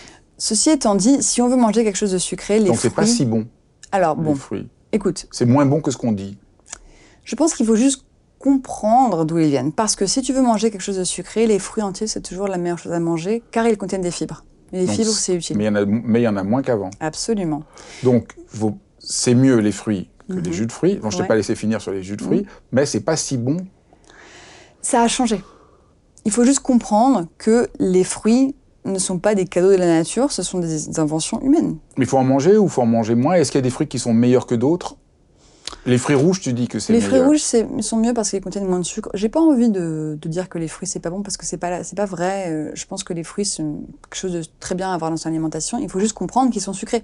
Ceci étant dit, si on veut manger quelque chose de sucré, les Donc, fruits... c'est pas si bon, Alors, les bon, fruits. écoute, C'est moins bon que ce qu'on dit. je pense qu'il faut juste comprendre d'où ils viennent. Parce que si tu veux manger quelque chose de sucré, les fruits entiers, c'est toujours la meilleure chose à manger, car ils contiennent des fibres. Et les Donc, fibres, c'est utile. Mais il y en a, mais il y en a moins qu'avant. Absolument. Donc, vous- c'est mieux les fruits que Mhm. les jus de fruits. Bon, je t'ai Ouais. pas laissé finir sur les jus de fruits, Mhm. mais c'est pas si bon. Ça a changé. Il faut juste comprendre que les fruits ne sont pas des cadeaux de la nature, ce sont des inventions humaines. Mais il faut en manger ou il faut en manger moins? Est-ce qu'il y a des fruits qui sont meilleurs que d'autres? Les fruits rouges, tu dis que c'est Les meilleur. fruits rouges c'est- ils sont mieux parce qu'ils contiennent moins de sucre. J'ai pas envie de, de dire que les fruits c'est pas bon parce que c'est pas la- c'est pas vrai. Euh, Je pense que les fruits c'est quelque chose de très bien à avoir dans son alimentation. Il faut juste comprendre qu'ils sont sucrés.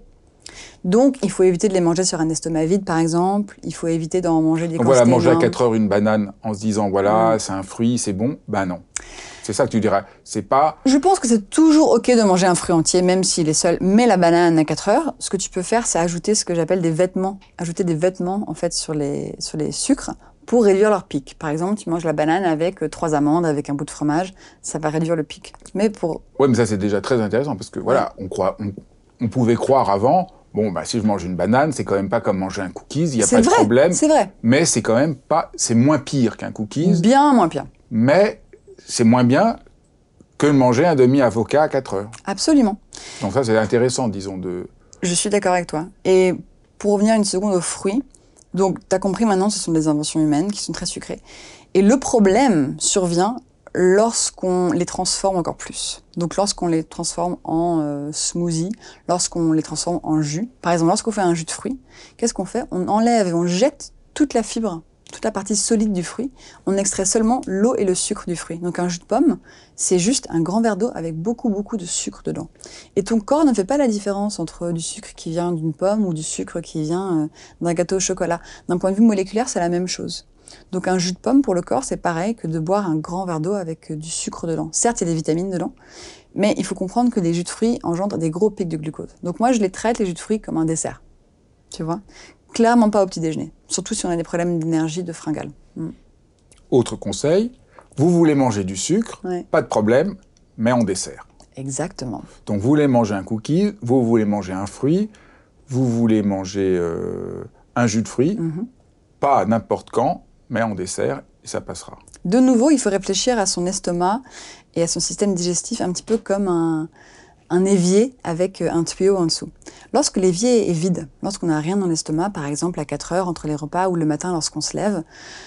Donc il faut éviter de les manger sur un estomac vide par exemple. Il faut éviter d'en manger des Donc voilà, quantités manger à énormes. quatre heures une banane en se disant voilà, Mm. c'est un fruit, c'est bon. Ben non. C'est ça que tu diras. C'est pas. Je pense que c'est toujours ok de manger un fruit entier, même s'il est seul. Mais la banane à quatre heures, ce que tu peux faire, c'est ajouter ce que j'appelle des vêtements. Ajouter des vêtements, en fait, sur les, sur les sucres pour réduire leur pic. Par exemple, tu manges la banane avec euh, trois amandes, avec un bout de fromage, ça va réduire le pic. Mais pour... Ouais, mais ça c'est déjà très intéressant parce que voilà, on croit, on, on pouvait croire avant. Bon, bah si je mange une banane, c'est quand même pas comme manger un cookies. Il y a C'est pas de vrai, problème. c'est vrai. Mais c'est quand même pas. C'est moins pire qu'un cookies. Bien moins pire. Mais c'est moins bien que de manger un demi-avocat à quatre heures. Absolument. Donc ça, c'est intéressant, disons, de... Je suis d'accord avec toi. Et pour revenir une seconde aux fruits, donc tu as compris maintenant, ce sont des inventions humaines qui sont très sucrées. Et le problème survient lorsqu'on les transforme encore plus. Donc lorsqu'on les transforme en euh, smoothie, lorsqu'on les transforme en jus. Par exemple, lorsqu'on fait un jus de fruits, qu'est-ce qu'on fait? On enlève et on jette toute la fibre, toute la partie solide du fruit. On extrait seulement l'eau et le sucre du fruit. Donc un jus de pomme, c'est juste un grand verre d'eau avec beaucoup, beaucoup de sucre dedans. Et ton corps ne fait pas la différence entre du sucre qui vient d'une pomme ou du sucre qui vient euh, d'un gâteau au chocolat. D'un point de vue moléculaire, c'est la même chose. Donc un jus de pomme, pour le corps, c'est pareil que de boire un grand verre d'eau avec euh, du sucre dedans. Certes, il y a des vitamines dedans, mais il faut comprendre que les jus de fruits engendrent des gros pics de glucose. Donc moi, je les traite, les jus de fruits, comme un dessert. Tu vois ? Clairement pas au petit déjeuner. Surtout si on a des problèmes d'énergie, de fringales. Mm. Autre conseil, vous voulez manger du sucre, Ouais. pas de problème, mais en dessert. Exactement. Donc vous voulez manger un cookie, vous voulez manger un fruit, vous voulez manger euh, un jus de fruits, Mhm. pas à n'importe quand, mais en dessert, et ça passera. De nouveau, il faut réfléchir à son estomac et à son système digestif un petit peu comme un, un évier avec un tuyau en dessous. Lorsque l'évier est vide, lorsqu'on n'a rien dans l'estomac, par exemple à quatre heures entre les repas ou le matin lorsqu'on se lève,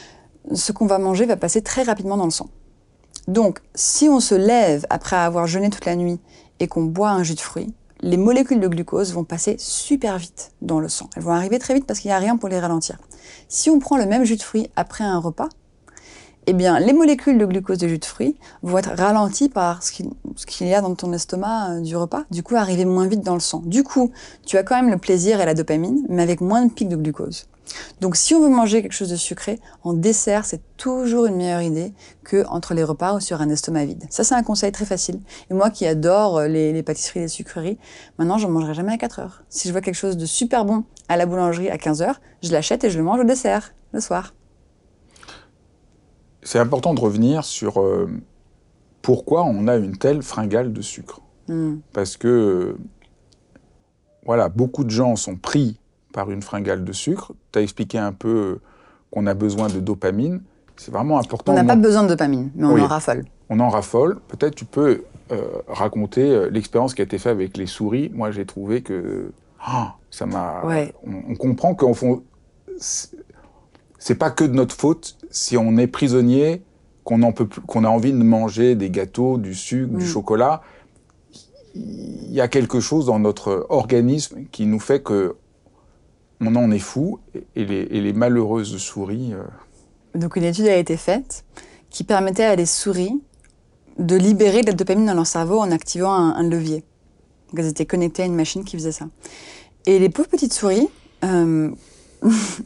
ce qu'on va manger va passer très rapidement dans le sang. Donc, si on se lève après avoir jeûné toute la nuit et qu'on boit un jus de fruits, les molécules de glucose vont passer super vite dans le sang. Elles vont arriver très vite parce qu'il n'y a rien pour les ralentir. Si on prend le même jus de fruits après un repas, eh bien, les molécules de glucose du jus de fruits vont être ralenties par ce qu'il, ce qu'il y a dans ton estomac euh, du repas, du coup arriver moins vite dans le sang. Du coup, tu as quand même le plaisir et la dopamine, mais avec moins de pics de glucose. Donc si on veut manger quelque chose de sucré, en dessert, c'est toujours une meilleure idée que entre les repas ou sur un estomac vide. Ça, c'est un conseil très facile. Et moi qui adore les, les pâtisseries et les sucreries, maintenant, j'en mangerai jamais à quatre heures. Si je vois quelque chose de super bon à la boulangerie à quinze heures, je l'achète et je le mange au dessert, le soir. C'est important de revenir sur euh, pourquoi on a une telle fringale de sucre. Mm. Parce que, euh, voilà, beaucoup de gens sont pris par une fringale de sucre. Tu as expliqué un peu euh, qu'on a besoin de dopamine. C'est vraiment important. On n'a de pas mon- besoin de dopamine, mais on Oui. en raffole. On en raffole. Peut-être tu peux euh, raconter euh, l'expérience qui a été faite avec les souris. Moi, j'ai trouvé que ah, ça m'a. Ouais. On, on comprend qu'en fond, c'est- c'est pas que de notre faute si on est prisonnier, qu'on en peut plus, qu'on a envie de manger des gâteaux, du sucre, Mm. du chocolat. Il y a quelque chose dans notre organisme qui nous fait que on en est fou et, et les, et les malheureuses souris. euh, Donc une étude a été faite qui permettait à des souris de libérer de la dopamine dans leur cerveau en activant un, un levier. Donc elles étaient connectées à une machine qui faisait ça. Et les pauvres petites souris, euh,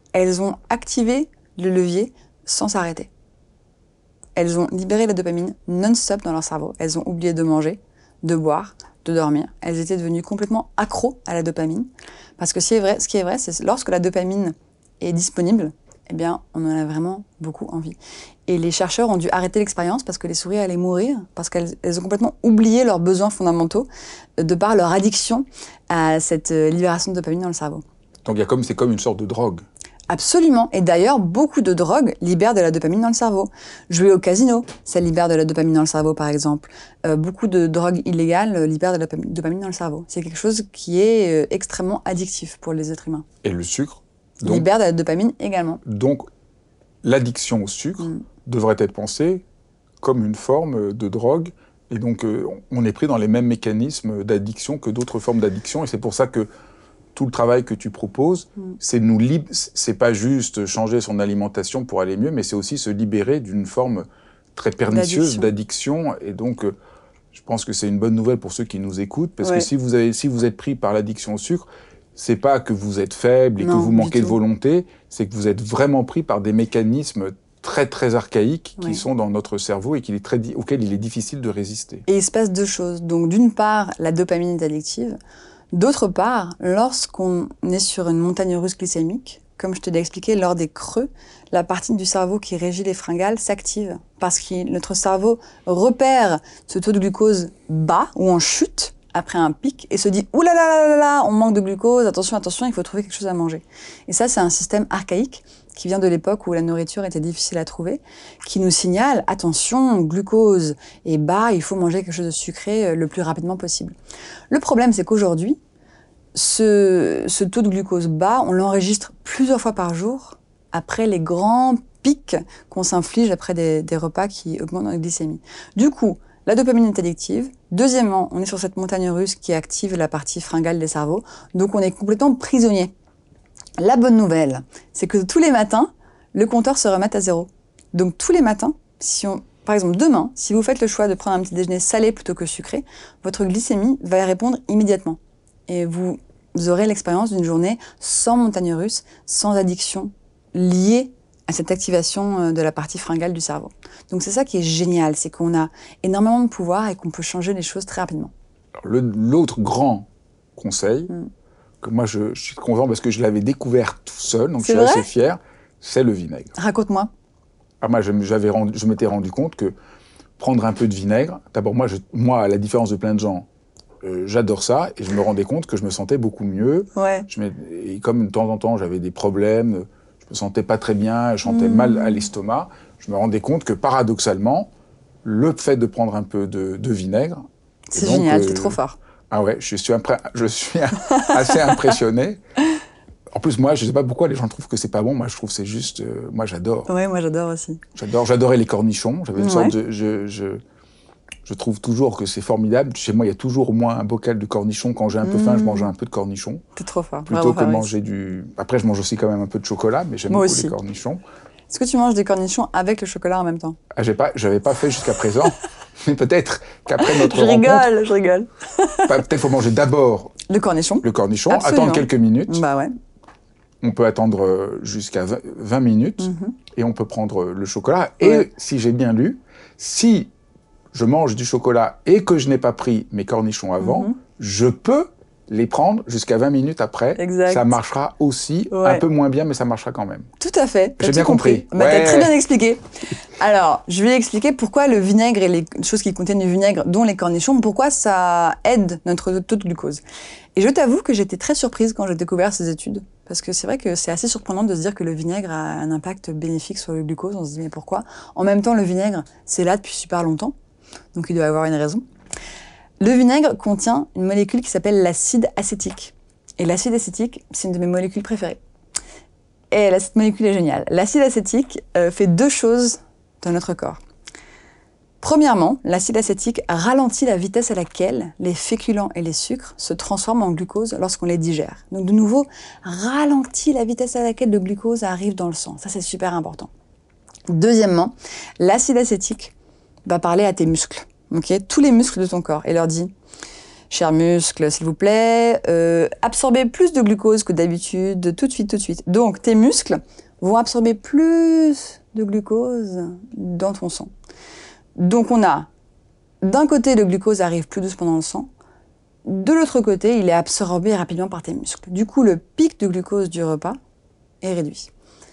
elles ont activé le levier sans s'arrêter. Elles ont libéré la dopamine non-stop dans leur cerveau. Elles ont oublié de manger, de boire, de dormir. Elles étaient devenues complètement accros à la dopamine. Parce que ce qui est vrai, ce qui est vrai, c'est que lorsque la dopamine est disponible, eh bien, on en a vraiment beaucoup envie. Et les chercheurs ont dû arrêter l'expérience parce que les souris allaient mourir, parce qu'elles elles ont complètement oublié leurs besoins fondamentaux de par leur addiction à cette libération de dopamine dans le cerveau. Donc il y a comme, c'est comme une sorte de drogue. Absolument. Et d'ailleurs, beaucoup de drogues libèrent de la dopamine dans le cerveau. Jouer au casino, ça libère de la dopamine dans le cerveau, par exemple. Euh, beaucoup de drogues illégales libèrent de la dopamine dans le cerveau. C'est quelque chose qui est euh, extrêmement addictif pour les êtres humains. Et le sucre donc, libère de la dopamine également. Donc, l'addiction au sucre mm. devrait être pensée comme une forme de drogue. Et donc, euh, on est pris dans les mêmes mécanismes d'addiction que d'autres formes d'addiction. Et c'est pour ça que tout le travail que tu proposes, mm. c'est nous lib- c'est pas juste changer son alimentation pour aller mieux, mais c'est aussi se libérer d'une forme très pernicieuse d'addiction. d'addiction. Et donc, euh, je pense que c'est une bonne nouvelle pour ceux qui nous écoutent, parce ouais. que si vous avez, si vous êtes pris par l'addiction au sucre, c'est pas que vous êtes faible et non, que vous manquez de volonté, c'est que vous êtes vraiment pris par des mécanismes très très archaïques qui oui. sont dans notre cerveau et qu'il est très, auxquels il est difficile de résister. Et il se passe deux choses. Donc, d'une part, la dopamine est addictive. D'autre part, lorsqu'on est sur une montagne russe glycémique, comme je te l'ai expliqué, lors des creux, la partie du cerveau qui régit les fringales s'active parce que notre cerveau repère ce taux de glucose bas ou en chute après un pic et se dit « Ouh là là là là là, on manque de glucose, attention, attention, il faut trouver quelque chose à manger ». Et ça, c'est un système archaïque qui vient de l'époque où la nourriture était difficile à trouver, qui nous signale « Attention, glucose est bas, il faut manger quelque chose de sucré le plus rapidement possible ». Le problème, c'est qu'aujourd'hui, ce, ce taux de glucose bas, on l'enregistre plusieurs fois par jour après les grands pics qu'on s'inflige après des, des repas qui augmentent notre glycémie. Du coup, la dopamine est addictive. Deuxièmement, on est sur cette montagne russe qui active la partie fringale des cerveaux. Donc, on est complètement prisonnier. La bonne nouvelle, c'est que tous les matins, le compteur se remet à zéro. Donc, tous les matins, si on, par exemple, demain, si vous faites le choix de prendre un petit déjeuner salé plutôt que sucré, votre glycémie va y répondre immédiatement. Et vous aurez l'expérience d'une journée sans montagne russe, sans addiction liée à cette activation de la partie fringale du cerveau. Donc c'est ça qui est génial, c'est qu'on a énormément de pouvoir et qu'on peut changer les choses très rapidement. Alors, le, l'autre grand conseil, mm. que moi je, je suis content parce que je l'avais découvert tout seul, donc c'est je suis vrai assez fier, c'est le vinaigre. Raconte-moi. Alors moi je, j'avais rendu, je m'étais rendu compte que prendre un peu de vinaigre, d'abord moi, je, moi à la différence de plein de gens, Euh, j'adore ça, et je me rendais compte que je me sentais beaucoup mieux. Ouais. Je et comme de temps en temps j'avais des problèmes, je me sentais pas très bien, je sentais mmh. mal à l'estomac, je me rendais compte que paradoxalement, le fait de prendre un peu de, de vinaigre... C'est donc, génial, euh, t'es trop fort. Ah ouais, je suis, impré- je suis assez impressionné. En plus, moi, je sais pas pourquoi les gens trouvent que c'est pas bon, moi je trouve que c'est juste... Euh, moi j'adore. Ouais, moi j'adore aussi. J'adore, j'adorais les cornichons, j'avais une ouais. sorte de... Je, je, Je trouve toujours que c'est formidable. Chez moi, il y a toujours au moins un bocal de cornichons. Quand j'ai un peu mmh. faim, je mange un peu de cornichons. T'es trop fort. Plutôt Bravo, que manger du... Après, je mange aussi quand même un peu de chocolat, mais j'aime moi beaucoup aussi. les cornichons. Est-ce que tu manges des cornichons avec le chocolat en même temps? Ah, j'ai pas, j'avais pas fait jusqu'à présent. Mais peut-être qu'après notre je rencontre... Je rigole, je rigole. bah, peut-être faut manger d'abord... Le cornichon. Le cornichon. Absolument. Attendre quelques minutes. Bah ouais. On peut attendre jusqu'à vingt minutes. Mmh. Et on peut prendre le chocolat. Et ouais. si j'ai bien lu, si... je mange du chocolat et que je n'ai pas pris mes cornichons avant, mmh. je peux les prendre jusqu'à vingt minutes après. Exact. Ça marchera aussi, ouais. un peu moins bien, mais ça marchera quand même. Tout à fait. J'ai bien compris. compris. Bah, ouais. T'as très bien expliqué. Alors, je vais expliquer pourquoi le vinaigre et les choses qui contiennent du vinaigre, dont les cornichons, pourquoi ça aide notre taux de glucose. Et je t'avoue que j'étais très surprise quand j'ai découvert ces études. Parce que c'est vrai que c'est assez surprenant de se dire que le vinaigre a un impact bénéfique sur le glucose. On se dit, mais pourquoi? En même temps, le vinaigre, c'est là depuis super longtemps. Donc il doit y avoir une raison. Le vinaigre contient une molécule qui s'appelle l'acide acétique. Et l'acide acétique, c'est une de mes molécules préférées. Et cette molécule est géniale. L'acide acétique euh, fait deux choses dans notre corps. Premièrement, l'acide acétique ralentit la vitesse à laquelle les féculents et les sucres se transforment en glucose lorsqu'on les digère. Donc de nouveau, ralentit la vitesse à laquelle le glucose arrive dans le sang. Ça, c'est super important. Deuxièmement, l'acide acétique va parler à tes muscles, okay, tous les muscles de ton corps, et leur dit Chers muscles, s'il vous plaît, euh, absorbez plus de glucose que d'habitude, tout de suite, tout de suite. Donc, tes muscles vont absorber plus de glucose dans ton sang. Donc, on a, d'un côté, le glucose arrive plus doucement dans le sang. De l'autre côté, il est absorbé rapidement par tes muscles. Du coup, le pic de glucose du repas est réduit.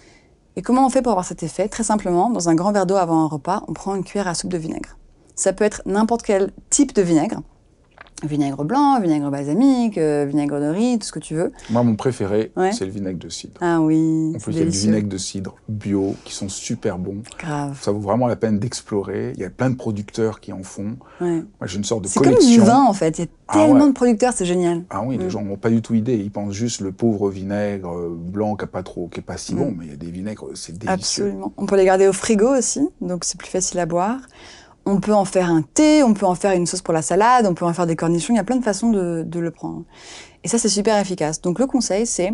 Et comment on fait pour avoir cet effet? Très simplement, dans un grand verre d'eau avant un repas, on prend une cuillère à soupe de vinaigre. Ça peut être n'importe quel type de vinaigre. Vinaigre blanc, vinaigre balsamique, euh, vinaigre de riz, tout ce que tu veux. Moi, mon préféré, ouais. c'est le vinaigre de cidre. Ah oui, en plus, il y a du vinaigre de cidre bio qui sont super bons. Grave. Ça vaut vraiment la peine d'explorer. Il y a plein de producteurs qui en font. Ouais. Moi, j'ai une sorte de c'est collection. C'est comme du vin, en fait. Il y a ah tellement ouais. de producteurs, c'est génial. Ah oui, mm. les gens n'ont pas du tout idée. Ils pensent juste le pauvre vinaigre blanc qui n'est pas, trop, qui est pas si mm. bon, mais il y a des vinaigres, c'est délicieux. Absolument. On peut les garder au frigo aussi, donc c'est plus facile à boire. On peut en faire un thé, on peut en faire une sauce pour la salade, on peut en faire des cornichons, il y a plein de façons de, de le prendre. Et ça, c'est super efficace. Donc le conseil, c'est,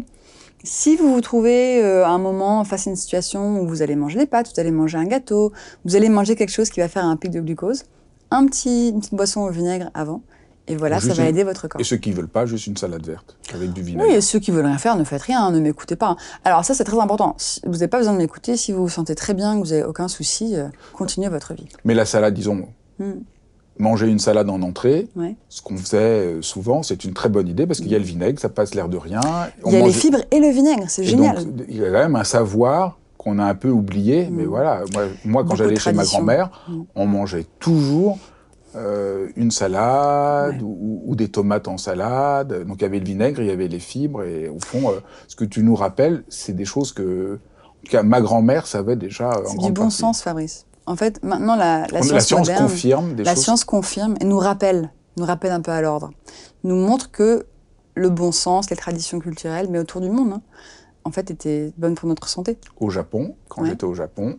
si vous vous trouvez euh, à un moment face à une situation où vous allez manger des pâtes, vous allez manger un gâteau, vous allez manger quelque chose qui va faire un pic de glucose, un petit, une petite boisson au vinaigre avant, et voilà, ça va une... aider votre corps. Et ceux qui ne veulent pas, juste une salade verte avec du vinaigre. Oui, et ceux qui veulent rien faire, ne faites rien, ne m'écoutez pas. Alors ça, c'est très important. Vous n'avez pas besoin de m'écouter. Si vous vous sentez très bien, que vous n'avez aucun souci, euh, continuez votre vie. Mais la salade, disons, hmm. manger une salade en entrée, ouais. ce qu'on faisait souvent, c'est une très bonne idée parce qu'il y a le vinaigre, ça passe l'air de rien. Il y a mange... les fibres et le vinaigre, c'est génial. Donc, il y a quand même un savoir qu'on a un peu oublié, hmm. mais voilà. Moi, moi quand j'allais chez ma grand-mère, hmm. on mangeait toujours Euh, une salade ouais. ou, ou des tomates en salade. Donc il y avait le vinaigre, il y avait les fibres et au fond, euh, ce que tu nous rappelles, c'est des choses que, que ma grand-mère savait déjà en grande partie. C'est du bon sens, Fabrice. En fait, maintenant la, la, On, science, la science moderne, confirme des la choses. La science confirme et nous rappelle, nous rappelle un peu à l'ordre, nous montre que le bon sens, les traditions culturelles, mais autour du monde, hein, en fait, étaient bonnes pour notre santé. Au Japon, quand ouais. j'étais au Japon.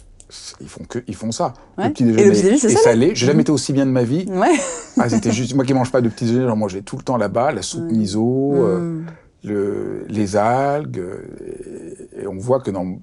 Ils font, que, ils font ça. Ouais. Le petit déjeuner et le petit déjeuner, c'est est ça, salé. là. J'ai jamais été aussi bien de ma vie. Ouais. Ah, c'était juste moi qui mange pas de petit déjeuner, j'en mangeais tout le temps là-bas, la soupe ouais. miso, mm. euh, le, les algues. Et, et on voit que dans,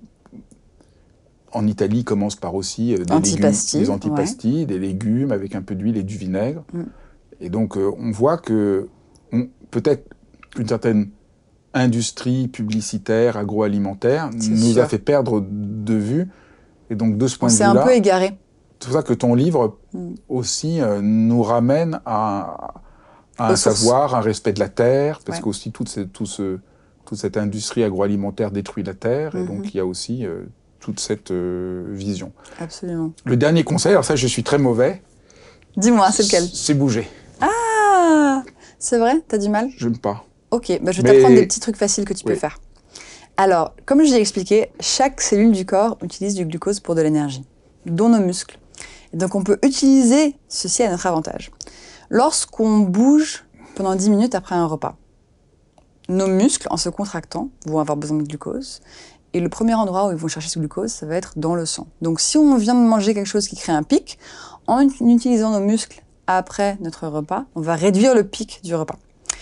en Italie, ils commencent par aussi euh, des antipastilles, légumes, des antipastilles, ouais. des légumes avec un peu d'huile et du vinaigre. Mm. Et donc euh, on voit que on, peut-être une certaine industrie publicitaire, agroalimentaire, c'est nous sûr. a fait perdre de vue. Et donc, de ce point on de vue-là... On s'est un peu égaré. C'est pour ça que ton livre mm. aussi euh, nous ramène à, à un savoir, un respect de la terre, parce ouais. qu'aussi toute, cette, tout ce, toute cette industrie agroalimentaire détruit la terre, mm-hmm. et donc il y a aussi euh, toute cette euh, vision. Absolument. Le dernier conseil, alors ça, je suis très mauvais. Dis-moi, c'est lequel? C'est bouger. Ah, c'est vrai? T'as du mal? J'aime pas. Ok, bah je vais Mais... t'apprendre des petits trucs faciles que tu oui. peux faire. Alors, comme je l'ai expliqué, chaque cellule du corps utilise du glucose pour de l'énergie, dont nos muscles. Et donc, on peut utiliser ceci à notre avantage. Lorsqu'on bouge pendant dix minutes après un repas, nos muscles, en se contractant, vont avoir besoin de glucose. Et le premier endroit où ils vont chercher ce glucose, ça va être dans le sang. Donc, si on vient de manger quelque chose qui crée un pic, en utilisant nos muscles après notre repas, on va réduire le pic du repas.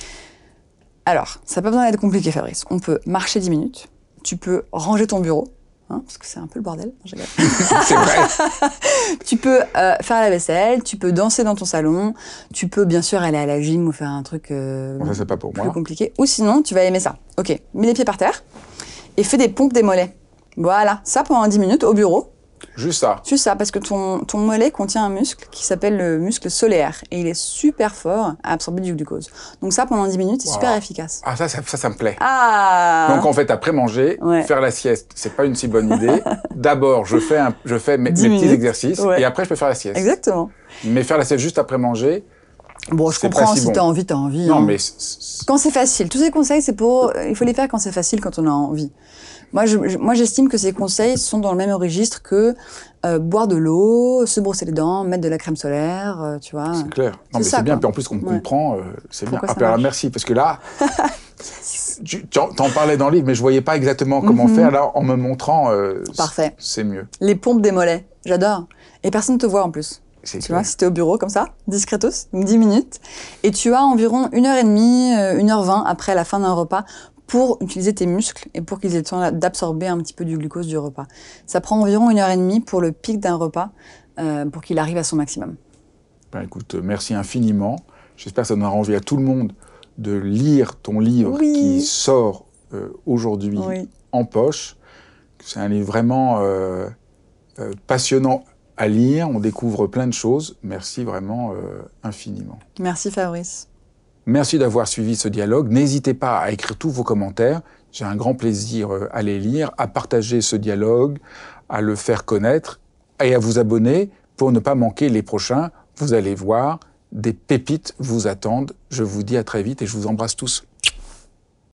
Alors, ça n'a pas besoin d'être compliqué, Fabrice. On peut marcher dix minutes, tu peux ranger ton bureau, hein, parce que c'est un peu le bordel. C'est vrai. Tu peux euh, faire la vaisselle, tu peux danser dans ton salon, tu peux bien sûr aller à la gym ou faire un truc euh, bon, ça, c'est pas pour plus moi. compliqué. Ou sinon, tu vas aimer ça. Ok, mets les pieds par terre et fais des pompes des mollets. Voilà, ça pendant dix minutes au bureau. Juste ça. Juste ça, parce que ton, ton mollet contient un muscle qui s'appelle le muscle solaire et il est super fort à absorber du glucose. Donc ça, pendant dix minutes, c'est wow. super efficace. Ah, ça, ça, ça, ça me plaît. Ah. Donc en fait, après manger, ouais. faire la sieste, c'est pas une si bonne idée. D'abord, je fais, un, je fais mes, mes petits exercices ouais. et après, je peux faire la sieste. Exactement. Mais faire la sieste juste après manger, bon, je comprends, si, si bon. t'as envie, t'as envie. Non, hein. mais... C'est... Quand c'est facile. Tous ces conseils, c'est pour... Il faut les faire quand c'est facile, quand on a envie. Moi, je, moi, j'estime que ces conseils sont dans le même registre que euh, boire de l'eau, se brosser les dents, mettre de la crème solaire, euh, tu vois. C'est clair. Non, mais c'est bien. Puis en plus, qu'on me ouais. comprend, euh, c'est Pourquoi bien. Ah, alors, merci, parce que là, tu t'en parlais dans le livre, mais je voyais pas exactement comment mm-hmm. faire. Là, en me montrant, euh, parfait. C'est mieux. Les pompes des mollets, j'adore. Et personne ne te voit en plus. C'est tu clair. vois, si t'es au bureau comme ça, discretos, donc dix minutes, et tu as environ une heure et demie, une heure vingt après la fin d'un repas pour utiliser tes muscles et pour qu'ils aient le temps d'absorber un petit peu du glucose du repas. Ça prend environ une heure et demie pour le pic d'un repas, euh, pour qu'il arrive à son maximum. Ben écoute, merci infiniment. J'espère que ça donnera envie à tout le monde de lire ton livre Oui. qui sort euh, aujourd'hui Oui. en poche. C'est un livre vraiment euh, euh, passionnant à lire. On découvre plein de choses. Merci vraiment euh, infiniment. Merci Fabrice. Merci d'avoir suivi ce dialogue. N'hésitez pas à écrire tous vos commentaires. J'ai un grand plaisir euh, à les lire, à partager ce dialogue, à le faire connaître et à vous abonner pour ne pas manquer les prochains. Vous allez voir, des pépites vous attendent. Je vous dis à très vite et je vous embrasse tous.